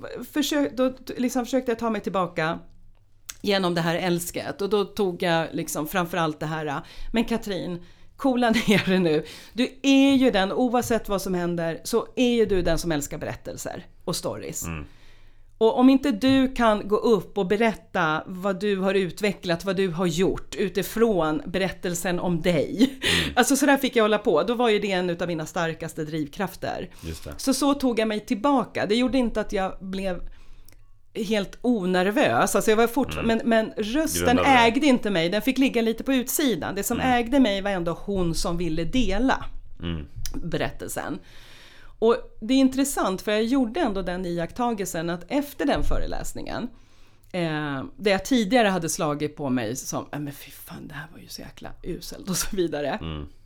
Speaker 2: försökte jag ta mig tillbaka genom det här älsket, och då tog jag liksom framförallt det här, men Katrin, coola ner det nu. Du är ju den, oavsett vad som händer, så är ju du den som älskar berättelser och stories. Och om inte du kan gå upp och berätta vad du har utvecklat, vad du har gjort utifrån berättelsen om dig. Alltså så där fick jag hålla på. Då var ju det en av mina starkaste drivkrafter.
Speaker 1: Just det.
Speaker 2: Så tog jag mig tillbaka. Det gjorde inte att jag blev helt onervös. Alltså jag var fortfarande, men rösten ägde inte mig. Den fick ligga lite på utsidan. Det som ägde mig var ändå hon som ville dela berättelsen. Och det är intressant, för jag gjorde ändå den iakttagelsen att efter den föreläsningen, det jag tidigare hade slagit på mig som, men fy fan, det här var ju så jäkla uselt och så vidare.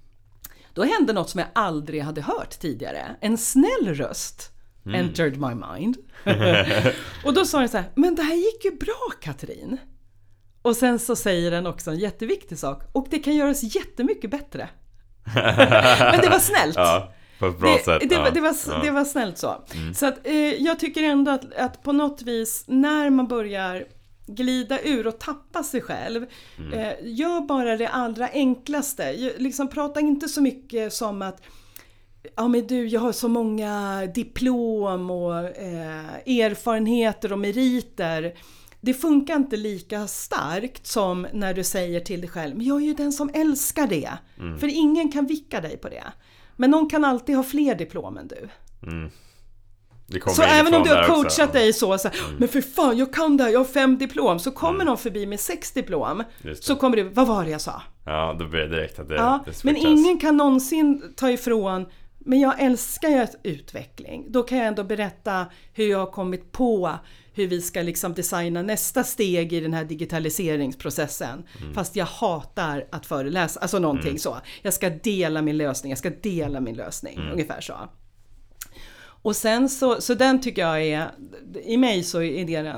Speaker 2: Då hände något som jag aldrig hade hört tidigare. En snäll röst entered my mind. Och då sa den så här, men det här gick ju bra, Katrin. Och sen så säger den också en jätteviktig sak, och det kan göras jättemycket bättre. Men det var snällt.
Speaker 1: Ja. På ett bra sätt.
Speaker 2: Det var snällt så. Så att, jag tycker ändå att på något vis, när man börjar glida ur och tappa sig själv, gör bara det allra enklaste. Liksom, prata inte så mycket som att men du, jag har så många diplom och erfarenheter och meriter. Det funkar inte lika starkt som när du säger till dig själv, men jag är ju den som älskar det. För ingen kan vicka dig på det. Men någon kan alltid ha fler diplom än du. Så även om du har coachat dig så men för fan, jag kan det här, jag har 5 diplom. Så kommer någon förbi med 6 diplom. Så kommer du, vad var det jag sa?
Speaker 1: Ja, då blir det direkt att det switchas.
Speaker 2: Men ingen kan någonsin ta ifrån, men jag älskar ju utveckling. Då kan jag ändå berätta hur jag har kommit på hur vi ska liksom designa nästa steg i den här digitaliseringsprocessen. Fast jag hatar att föreläsa, alltså någonting så. Jag ska dela min lösning, ungefär så. Och sen så den tycker jag är, i mig så är det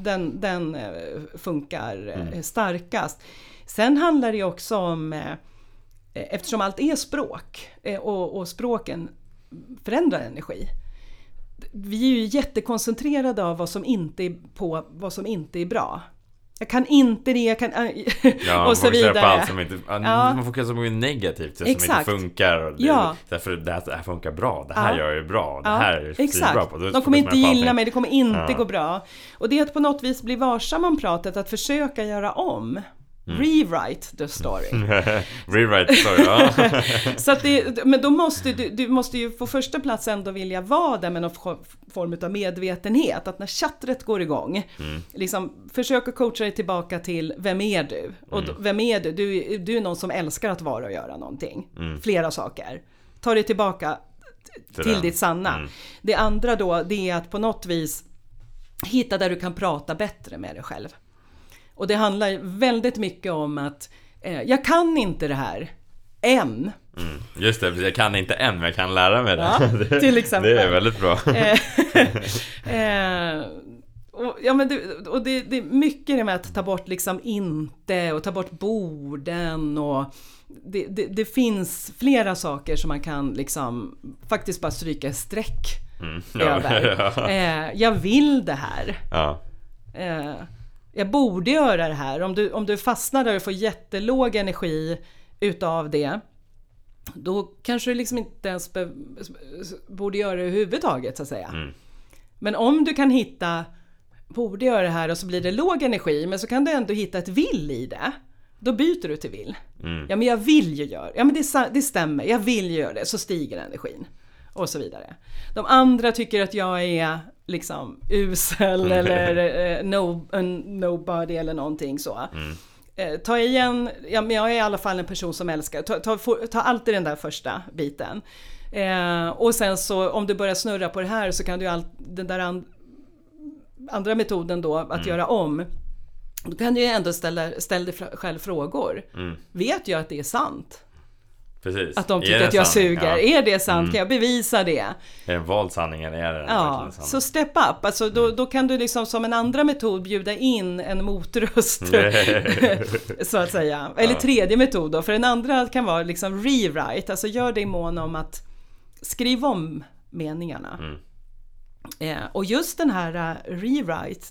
Speaker 2: den funkar starkast. Sen handlar det också om eftersom allt är språk och språken förändrar energi. Vi är ju jättekoncentrerade av vad som inte är bra. Jag kan inte det, jag kan... och så vidare.
Speaker 1: På allt som inte, man fokuserar på något negativt som inte funkar. Och därför det här funkar bra. Det här gör jag ju bra. Det här är bra på.
Speaker 2: De kommer inte gilla mig, det kommer inte gå bra. Och det är att på något vis bli varsam om pratet, att försöka göra om. Rewrite the story.
Speaker 1: Rewrite the story, ja.
Speaker 2: Så att men då måste du måste ju på första plats ändå vilja vara där med någon form av medvetenhet. Att när chattret går igång, liksom försöka coacha dig tillbaka till vem är du? Och vem är du? Du är någon som älskar att vara och göra någonting. Flera saker. Ta dig tillbaka till ditt sanna. Det andra då, det är att på något vis hitta där du kan prata bättre med dig själv. Och det handlar väldigt mycket om att jag kan inte det här än.
Speaker 1: Just det, jag kan inte än, men jag kan lära mig det.
Speaker 2: Ja, till exempel.
Speaker 1: Det är väldigt bra.
Speaker 2: Och det är mycket det med att ta bort liksom inte och ta bort borden och det finns flera saker som man kan liksom faktiskt bara stryka streck över. Jag vill det här.
Speaker 1: Ja.
Speaker 2: Jag borde göra det här. Om du fastnar där och får jättelåg energi utav det, då kanske du liksom inte ens borde göra det överhuvudtaget, så att säga. Men om du kan hitta, borde göra det här, och så blir det låg energi, men så kan du ändå hitta ett vill i det, då byter du till vill. Ja, men jag vill ju göra, ja men det stämmer, jag vill ju göra det, så stiger energin. Och så vidare. De andra tycker att jag är liksom usel eller nobody eller någonting så. Ta igen, ja, men jag är i alla fall en person som älskar. Ta alltid den där första biten. Och sen så om du börjar snurra på det här, så kan du den där andra metoden då att göra om. Då kan du ju ändå ställa dig själv frågor. Vet jag att det är sant?
Speaker 1: Precis.
Speaker 2: Att de tycker att jag suger. Ja. Är det sant? Kan jag bevisa det?
Speaker 1: Är det en vald sanning eller är det
Speaker 2: verkligen sant? Så step up. Alltså då kan du liksom som en andra metod bjuda in en motröst. Så att säga. Eller tredje metod då. För en andra kan vara liksom rewrite. Alltså gör dig mån om att skriva om meningarna. Och just den här rewrite,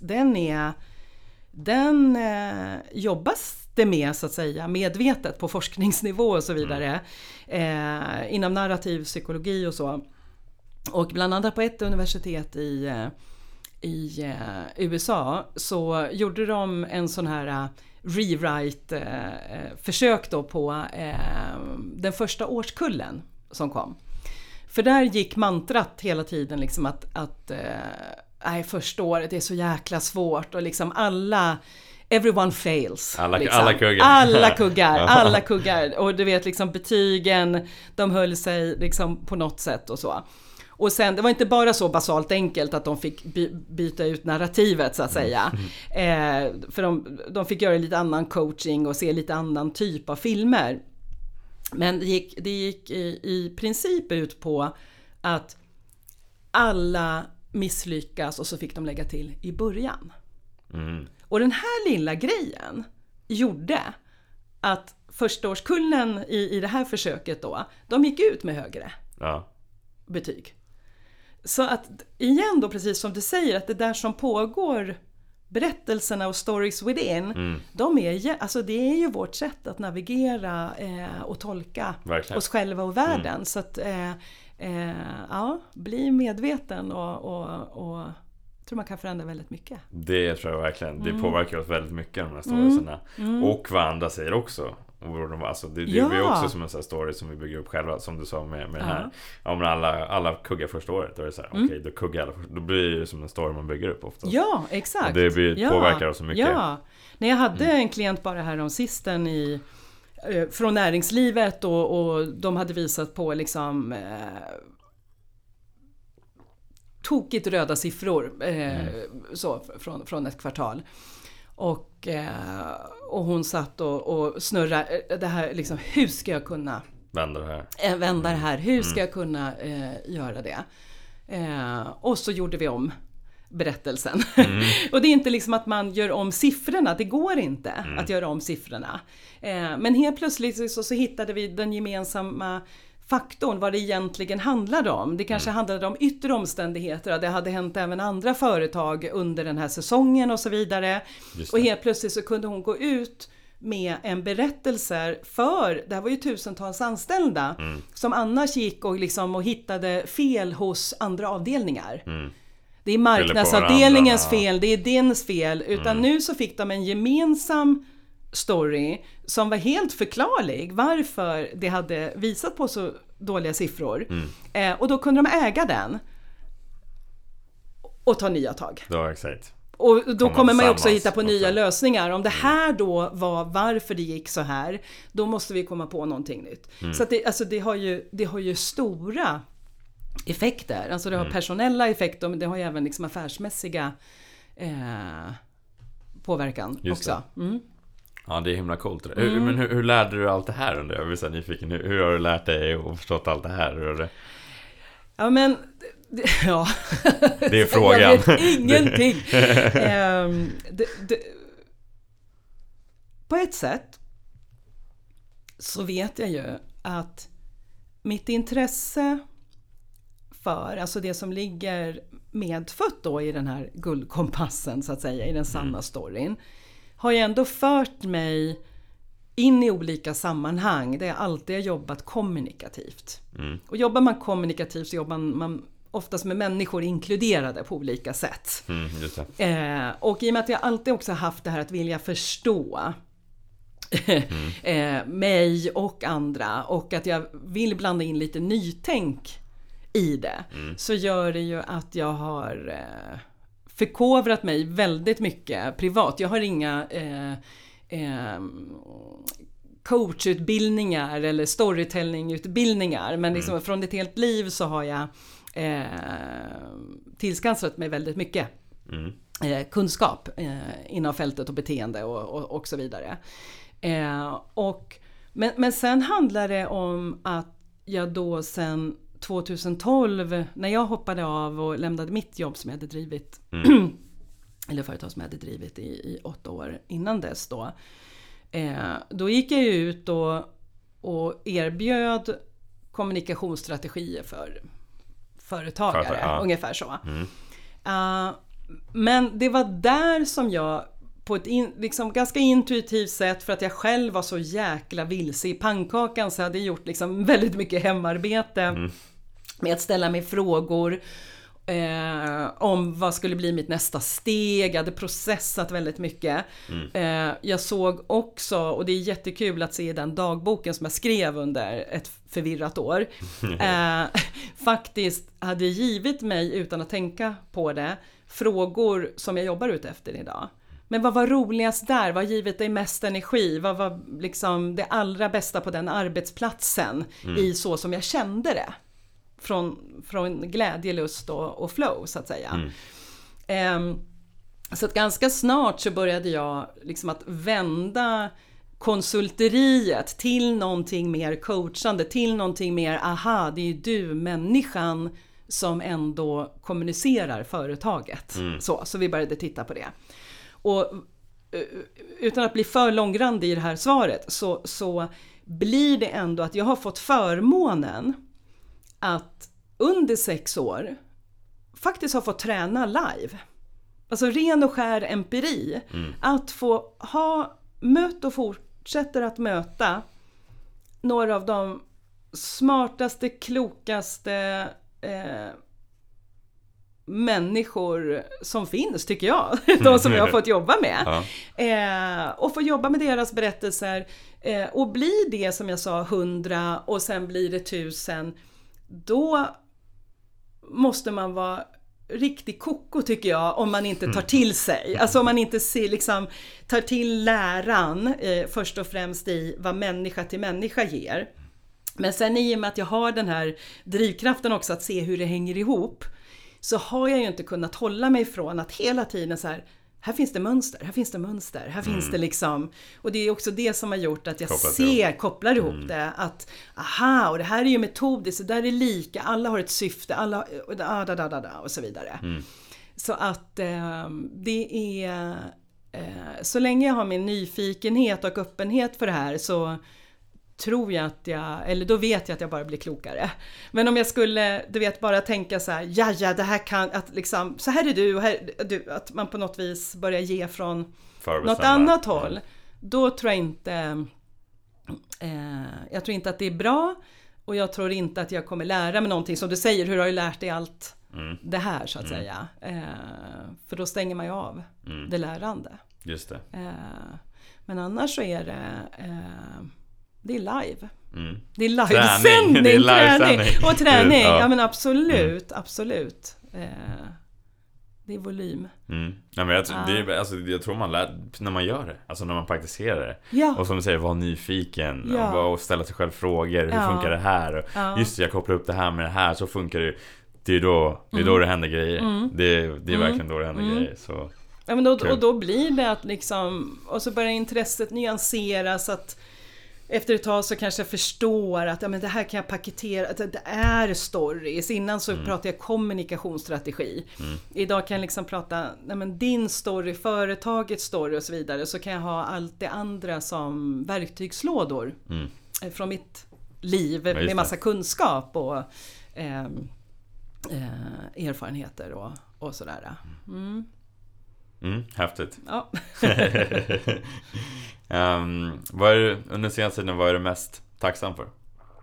Speaker 2: den jobbas det med, så att säga, medvetet på forskningsnivå och så vidare, inom narrativ psykologi och så. Och bland annat på ett universitet i USA så gjorde de en sån här rewrite-försök då på den första årskullen som kom. För där gick mantrat hela tiden liksom att första året är så jäkla svårt och liksom everyone fails.
Speaker 1: Alla
Speaker 2: kuggar. Och du vet liksom betygen, de höll sig liksom på något sätt och så. Och sen, det var inte bara så basalt enkelt att de fick byta ut narrativet, så att säga. För de fick göra lite annan coaching och se lite annan typ av filmer. Men det gick i princip ut på att alla misslyckas och så fick de lägga till i början. Och den här lilla grejen gjorde att förstaårskullen i det här försöket då, de gick ut med högre betyg. Så att igen då, precis som du säger, att det där som pågår, berättelserna och stories within, det är ju vårt sätt att navigera och tolka oss själva och världen. Så att bli medveten och tror man kan förändra väldigt mycket.
Speaker 1: Det tror jag verkligen. Det påverkar oss väldigt mycket, de här storiesarna. Och vad andra säger också. Alltså, det blir också som en sån här story som vi bygger upp själva, som du sa med den här. Ja, men alla kuggar första året, då är det så här, okej, då kuggar alla då blir det som en story man bygger upp ofta.
Speaker 2: Ja, exakt.
Speaker 1: Och det påverkar oss så mycket.
Speaker 2: Ja. När jag hade en klient bara här om sisten från näringslivet och de hade visat på liksom tokigt röda siffror så från ett kvartal. Och hon satt och snurrade det här liksom, hur ska jag kunna
Speaker 1: vända det här?
Speaker 2: Hur ska jag kunna göra det? Och så gjorde vi om berättelsen. Och det är inte liksom att man gör om siffrorna, det går inte att göra om siffrorna. Men helt plötsligt så hittade vi den gemensamma faktorn, vad det egentligen handlade om. Det kanske handlade om yttre omständigheter, det hade hänt även andra företag under den här säsongen och så vidare. Och helt plötsligt så kunde hon gå ut med en berättelse för, det här var ju tusentals anställda som annars gick och, liksom, och hittade fel hos andra avdelningar. Det är marknadsavdelningens fel, det är dins fel. Utan nu så fick de en gemensam story som var helt förklarlig varför det hade visat på så dåliga siffror. Och då kunde de äga den och ta nya tag.
Speaker 1: Ja, exakt.
Speaker 2: Och då kommer man ju också hitta på nya lösningar. Om det här då var varför det gick så här, då måste vi komma på någonting nytt. Så att det har ju stora effekter. Alltså det har personella effekter, men det har ju även liksom affärsmässiga påverkan också.
Speaker 1: Ja, det är himla coolt. Men hur lärde du allt det här? Jag är så nyfiken. Hur har du lärt dig och förstått allt det här?
Speaker 2: Ja, men... Ja.
Speaker 1: Det är frågan.
Speaker 2: Jag vet ingenting. På ett sätt så vet jag ju att mitt intresse för, alltså det som ligger medfött då i den här guldkompassen så att säga, i den sanna storyn, har ju ändå fört mig in i olika sammanhang där jag alltid har jobbat kommunikativt. Och jobbar man kommunikativt så jobbar man oftast med människor inkluderade på olika sätt.
Speaker 1: Just det.
Speaker 2: Och i och med att jag alltid också haft det här att vilja förstå mig och andra, och att jag vill blanda in lite nytänk i det, så gör det ju att jag har förkovrat mig väldigt mycket privat. Jag har inga coachutbildningar eller storytellingutbildningar, men liksom från ett helt liv så har jag tillskansat mig väldigt mycket kunskap inom fältet och beteende och så vidare. Men sen handlar det om att jag då sen 2012, när jag hoppade av och lämnade mitt jobb som jag hade drivit eller företag som jag hade drivit i 8 år innan dess då gick jag ut och erbjöd kommunikationsstrategier för företagare, ungefär så. Men det var där som jag på ett liksom ganska intuitivt sätt, för att jag själv var så jäkla vilse i pannkakan, så hade jag gjort liksom väldigt mycket hemarbete med att ställa mig frågor om vad skulle bli mitt nästa steg. Jag hade processat väldigt mycket. Jag såg också, och det är jättekul att se den dagboken som jag skrev under ett förvirrat år, faktiskt hade givit mig, utan att tänka på det, frågor som jag jobbar ut efter idag. Men vad var roligast där? Vad givit dig mest energi? Vad var liksom det allra bästa på den arbetsplatsen i så som jag kände det? Från glädje, lust och flow så att säga. Så att ganska snart så började jag liksom att vända konsulteriet till någonting mer coachande, till någonting mer, aha, det är ju du, människan, som ändå kommunicerar företaget. Så vi började titta på det. Och utan att bli för långrandig i det här svaret så blir det ändå att jag har fått förmånen att under 6 år faktiskt ha fått träna live. Alltså ren och skär empiri. Att få ha mött och fortsätter att möta några av de smartaste, klokaste människor som finns, tycker jag. De som jag har fått jobba med. Och få jobba med deras berättelser. Och blir det, som jag sa, 100 och sen blir det 1000. Då måste man vara riktigt koko, tycker jag, om man inte tar till sig. Alltså om man inte liksom tar till läran först och främst i vad människa till människa ger. Men sen i och med att jag har den här drivkraften också att se hur det hänger ihop, så har jag ju inte kunnat hålla mig från att hela tiden så här finns det mönster, här finns det liksom, och det är också det som har gjort att jag kopplar ihop det, att aha, och det här är ju metodiskt, så där är lika, alla har ett syfte, alla och så vidare. Så att det är... så länge jag har min nyfikenhet och öppenhet för det här så tror jag att då vet jag att jag bara blir klokare. Men om jag skulle, bara tänka så här, ja, det här kan, att liksom, så här är du och här du, att man på något vis börjar ge från något annat håll, då tror jag inte, att det är bra, och jag tror inte att jag kommer lära mig någonting. Som du säger, hur har du lärt dig allt det här, så att säga? För då stänger man ju av det lärande.
Speaker 1: Just det.
Speaker 2: Men annars så är det är live. Det är
Speaker 1: livesändning,
Speaker 2: träning och träning. Ja, men absolut. Det är volym.
Speaker 1: Ja, men jag tror man lär när man gör det. Alltså när man praktiserar det.
Speaker 2: Ja.
Speaker 1: Och som du säger, vara nyfiken. Och ställa sig själv frågor. Hur funkar det här? Och just det, jag kopplar upp det här med det här. Så funkar det. Det är då det händer grejer. Det är verkligen då det händer grejer. Så,
Speaker 2: ja, men och då blir det att liksom... Och så börjar intresset nyanseras, att efter ett tag så kanske jag förstår att men det här kan jag paketera, att det är stories. Innan så pratade jag kommunikationsstrategi. Idag kan jag liksom prata din story, företagets story och så vidare. Så kan jag ha allt det andra som verktygslådor från mitt liv med massa kunskap och erfarenheter och sådär.
Speaker 1: Häftigt.
Speaker 2: Ja.
Speaker 1: Under senaste tiden, vad är du mest tacksam för?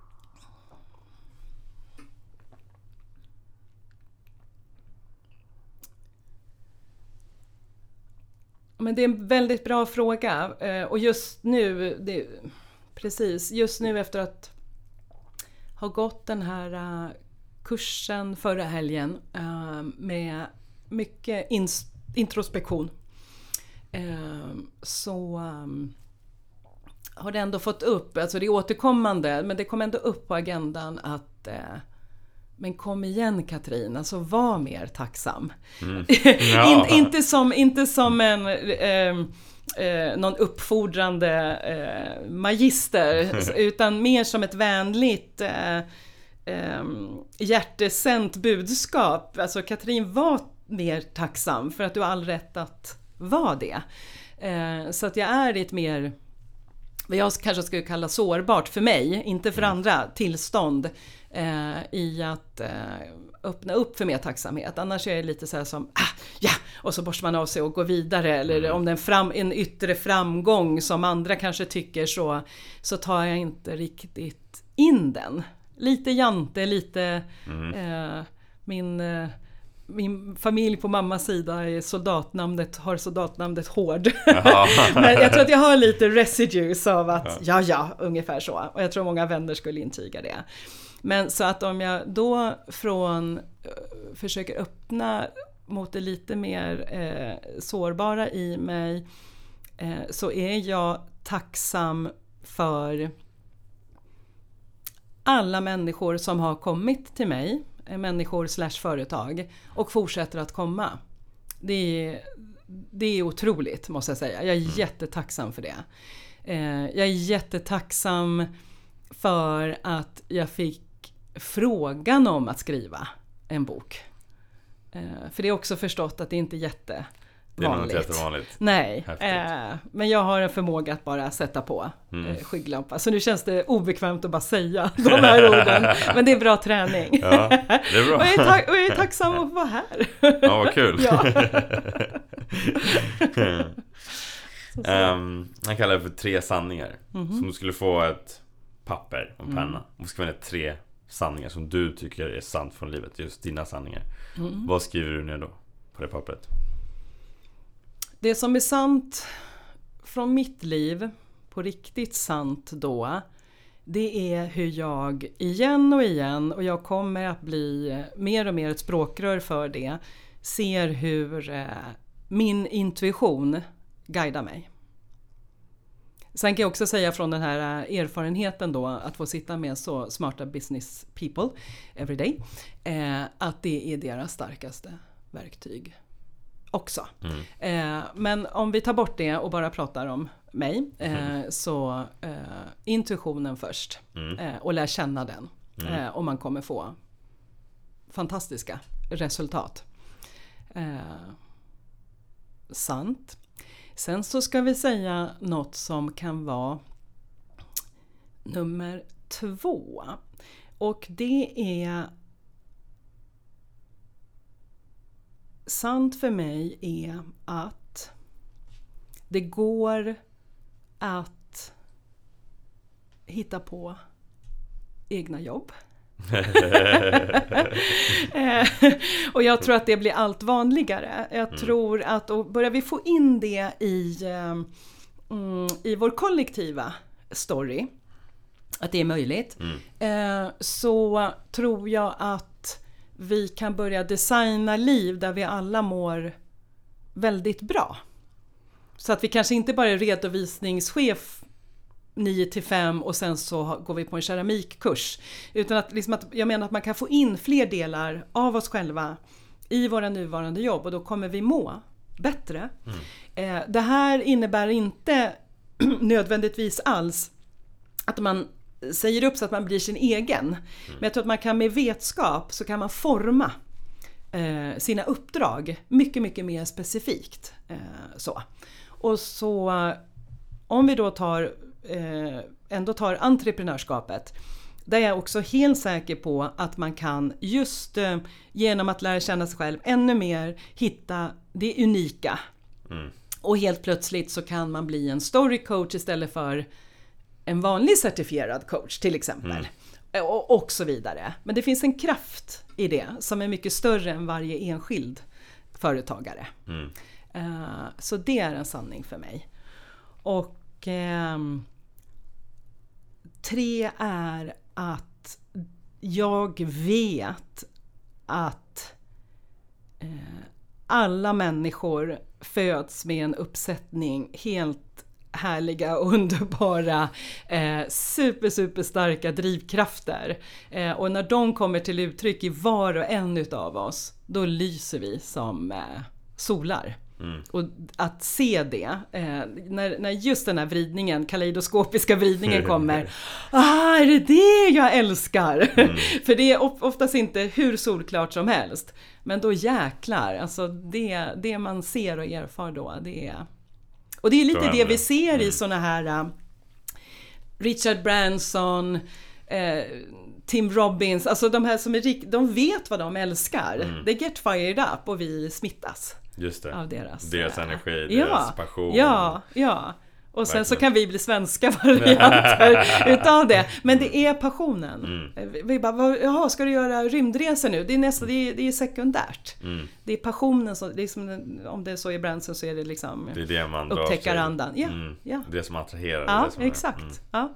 Speaker 2: Men det är en väldigt bra fråga. Och just nu efter att ha gått den här kursen förra helgen med mycket introspektion, så har det ändå fått upp, alltså det är återkommande, men det kom ändå upp på agendan att men kom igen Katrin, alltså var mer tacksam. Ja. inte som en någon uppfordrande magister, utan mer som ett vänligt hjärtesänt budskap. Alltså Katrin, var mer tacksam för att du har all rätt att vara det. Så att jag är i ett mer, vad jag kanske skulle kalla sårbart för mig, inte för andra, tillstånd i att öppna upp för mer tacksamhet. Annars är jag lite så här som och så borstar man av sig och går vidare, eller om det är en yttre framgång som andra kanske tycker, så tar jag inte riktigt in den. Lite jante, lite min familj på mammas sida har soldatnamnet Hård. Men jag tror att jag har lite residues av att ungefär så. Och jag tror många vänner skulle intyga det. Men så att om jag då försöker öppna mot det lite mer sårbara i mig, så är jag tacksam för alla människor som har kommit till mig, människor / företag, och fortsätter att komma. Det är otroligt, måste jag säga. Jag är jättetacksam för det. Jag är jättetacksam för att jag fick frågan om att skriva en bok. För det är också förstått att det inte är jättevanligt.
Speaker 1: Det är nog inte jättevanligt.
Speaker 2: Nej, men jag har en förmåga att bara sätta på skygglampa. Så nu känns det obekvämt att bara säga de här orden. Men det är bra träning.
Speaker 1: Ja, det är bra.
Speaker 2: Och jag är tacksam att vara här.
Speaker 1: Ja, vad kul.
Speaker 2: Ja.
Speaker 1: Jag kallar det för 3 sanningar. Som du skulle få ett papper och en penna. Och ska välja 3 sanningar som du tycker är sant från livet. Just dina sanningar. Vad skriver du ner då på det pappret?
Speaker 2: Det som är sant från mitt liv, på riktigt sant då, det är hur jag igen, och jag kommer att bli mer och mer ett språkrör för det, ser hur min intuition guidar mig. Sen kan jag också säga från den här erfarenheten då, att få sitta med så smarta business people every day, att det är deras starkaste verktyg också. Men om vi tar bort det och bara pratar om mig, så intuitionen först, och lär känna den, och man kommer få fantastiska resultat. Sant. Sen så ska vi säga något som kan vara nummer 2. Och det är sant för mig är att det går att hitta på egna jobb. Och jag tror att det blir allt vanligare. Jag tror att och börjar vi få in det i vår kollektiva story, att det är möjligt, så tror jag att vi kan börja designa liv där vi alla mår väldigt bra. Så att vi kanske inte bara är redovisningschef 9-5 och sen så går vi på en keramikkurs. Utan att, liksom att jag menar att man kan få in fler delar av oss själva i våra nuvarande jobb och då kommer vi må bättre. Det här innebär inte nödvändigtvis alls att man säger upp så att man blir sin egen. Men jag tror att man kan med vetskap så kan man forma sina uppdrag mycket, mycket mer specifikt. Så. Och så om vi då ändå tar entreprenörskapet, där är jag också helt säker på att man kan just genom att lära känna sig själv ännu mer hitta det unika. Och helt plötsligt så kan man bli en story coach istället för en vanlig certifierad coach till exempel. Och så vidare. Men det finns en kraft i det som är mycket större än varje enskild företagare. Så det är en sanning för mig. Och 3 är att jag vet att alla människor föds med en uppsättning helt härliga och underbara super starka drivkrafter. Och när de kommer till uttryck i var och en utav oss, då lyser vi som solar. Och att se det, när just den här vridningen, kaleidoskopiska vridningen kommer, är det jag älskar? För det är oftast inte hur solklart som helst, men då jäklar, alltså det man ser och erfar då, det är... Och det är lite det vi ser i såna här Richard Branson, Tim Robbins, alltså de här som är de vet vad de älskar. They get fired up och vi smittas.
Speaker 1: Just det.
Speaker 2: Av deras
Speaker 1: energi, deras passion.
Speaker 2: Ja. Och sen så kan vi bli svenska varianter utav det. Men det är passionen. Vi bara, ska du göra rymdresor nu? Det är sekundärt. Det är passionen, det är som, om det är så i Branson så är det liksom
Speaker 1: det är det man
Speaker 2: upptäckarandan.
Speaker 1: Det som attraherar.
Speaker 2: Ja,
Speaker 1: det som
Speaker 2: exakt. Ja.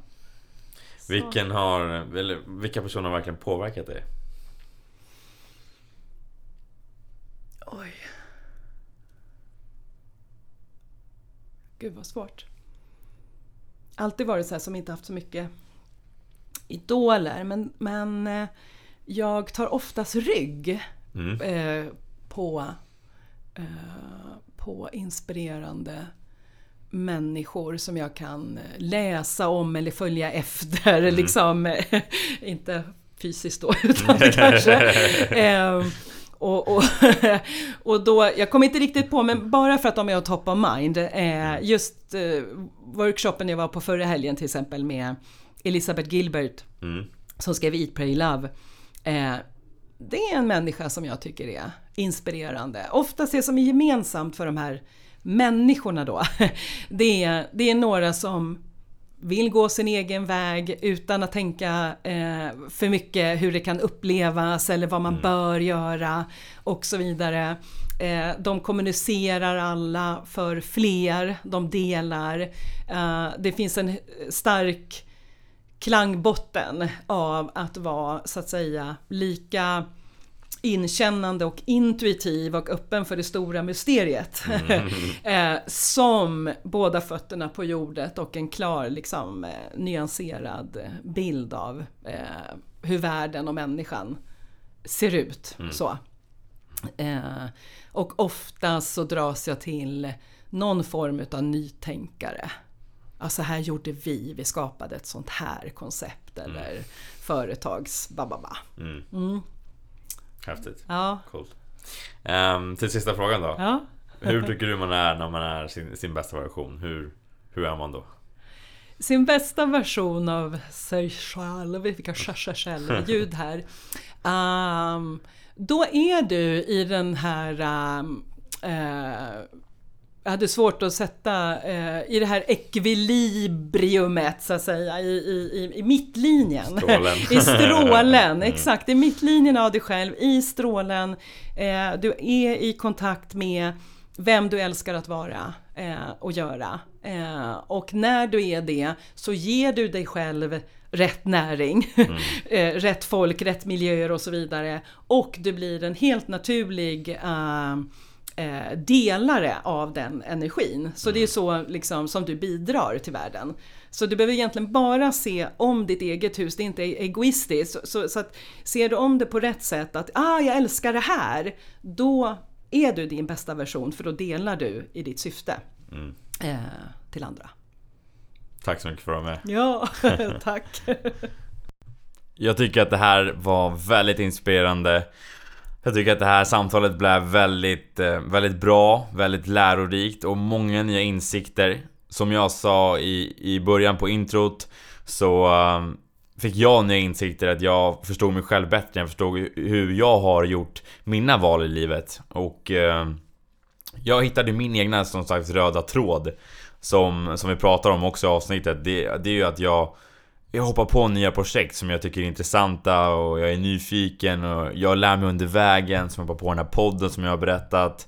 Speaker 1: Vilka personer har verkligen påverkat dig?
Speaker 2: Oj. Gud vad svårt. Alltid varit så här som inte haft så mycket idoler. Men jag tar oftast rygg på inspirerande människor som jag kan läsa om eller följa efter. Liksom, inte fysiskt då, utan kanske... Och då, jag kommer inte riktigt på, men bara för att de är top of mind, just workshopen jag var på förra helgen till exempel med Elizabeth Gilbert som skrev Eat, Pray, Love, det är en människa som jag tycker är inspirerande. Oftast det som är gemensamt för de här människorna då, det är några som vill gå sin egen väg utan att tänka för mycket hur det kan upplevas eller vad man bör göra och så vidare. De kommunicerar alla för fler, de delar. Det finns en stark klangbotten av att vara så att säga lika inkännande och intuitiv och öppen för det stora mysteriet som båda fötterna på jordet och en klar liksom, nyanserad bild av hur världen och människan ser ut. Så. Och ofta så dras jag till någon form av nytänkare. Alltså här gjorde vi skapade ett sånt här koncept eller företags bababa.
Speaker 1: Häftigt.
Speaker 2: Ja.
Speaker 1: Coolt. Till sista frågan då.
Speaker 2: Ja.
Speaker 1: Hur tycker du man är när man är sin bästa version? Hur är man då?
Speaker 2: Sin bästa version av sig själv, vi fick ha ljud här. Då är du i den här... jag hade svårt att sätta i det här ekvilibriumet så att säga, i mittlinjen.
Speaker 1: Strålen.
Speaker 2: I strålen, exakt. I mittlinjen av dig själv, i strålen. Du är i kontakt med vem du älskar att vara och göra. Och när du är det så ger du dig själv rätt näring, rätt folk, rätt miljöer och så vidare. Och du blir en helt naturlig... delare av den energin. Så det är så liksom som du bidrar till världen. Så du behöver egentligen bara se om ditt eget hus. Det är inte egoistiskt. Så att ser du om det på rätt sätt att jag älskar det här, då är du din bästa version, för då delar du i ditt syfte till andra.
Speaker 1: Tack så mycket för att vara med.
Speaker 2: Ja, tack.
Speaker 1: Jag tycker att det här var väldigt inspirerande. Jag tycker att det här samtalet blev väldigt, väldigt bra, väldigt lärorikt och många nya insikter. Som jag sa i början på introt, så fick jag nya insikter, att jag förstod mig själv bättre. Jag förstod hur jag har gjort mina val i livet. Och jag hittade min egna som sagt röda tråd som vi pratar om också i avsnittet. Det är ju att jag hoppar på nya projekt som jag tycker är intressanta, och jag är nyfiken och jag lär mig under vägen, som jag hoppar på den här podden som jag har berättat.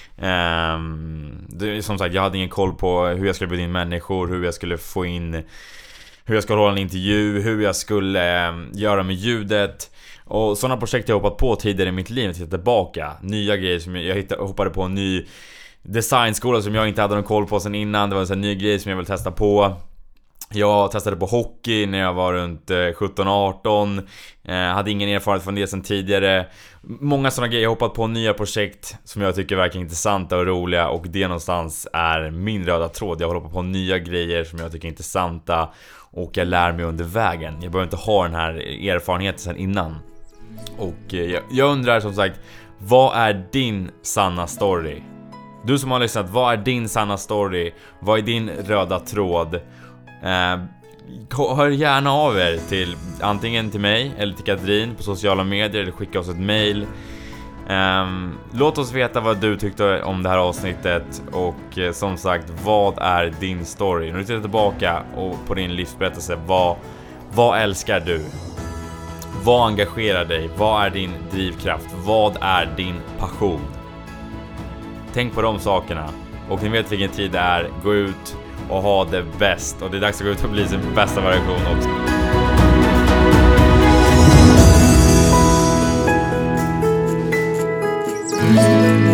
Speaker 1: Som sagt, jag hade ingen koll på hur jag skulle bjuda in människor, hur jag skulle hålla en intervju, hur jag skulle göra med ljudet. Och sådana projekt jag hoppat på tidigare i mitt liv, att titta tillbaka. Nya grejer som jag hoppade på en ny designskola som jag inte hade någon koll på sen innan. Det var en sån ny grej som jag vill testa på. Jag testade på hockey när jag var runt 17-18. Hade ingen erfarenhet från det sen tidigare. Många sådana grejer. Jag har hoppat på nya projekt som jag tycker verkar intressanta och roliga. Och det någonstans är min röda tråd. Jag har hoppat på nya grejer som jag tycker är intressanta. Och jag lär mig under vägen. Jag behöver inte ha den här erfarenheten sen innan. Och jag undrar som sagt, vad är din sanna story? Du som har lyssnat, vad är din sanna story? Vad är din röda tråd? Hör gärna av er till antingen till mig eller till Katrin på sociala medier, eller skicka oss ett mail. Låt oss veta vad du tyckte om det här avsnittet. Och som sagt, vad är din story? När du tittar tillbaka och på din livsberättelse, vad älskar du? Vad engagerar dig? Vad är din drivkraft? Vad är din passion? Tänk på de sakerna. Och ni vet vilken tid det är. Gå ut och ha det bäst. Och det är dags att gå ut och bli sin bästa version också.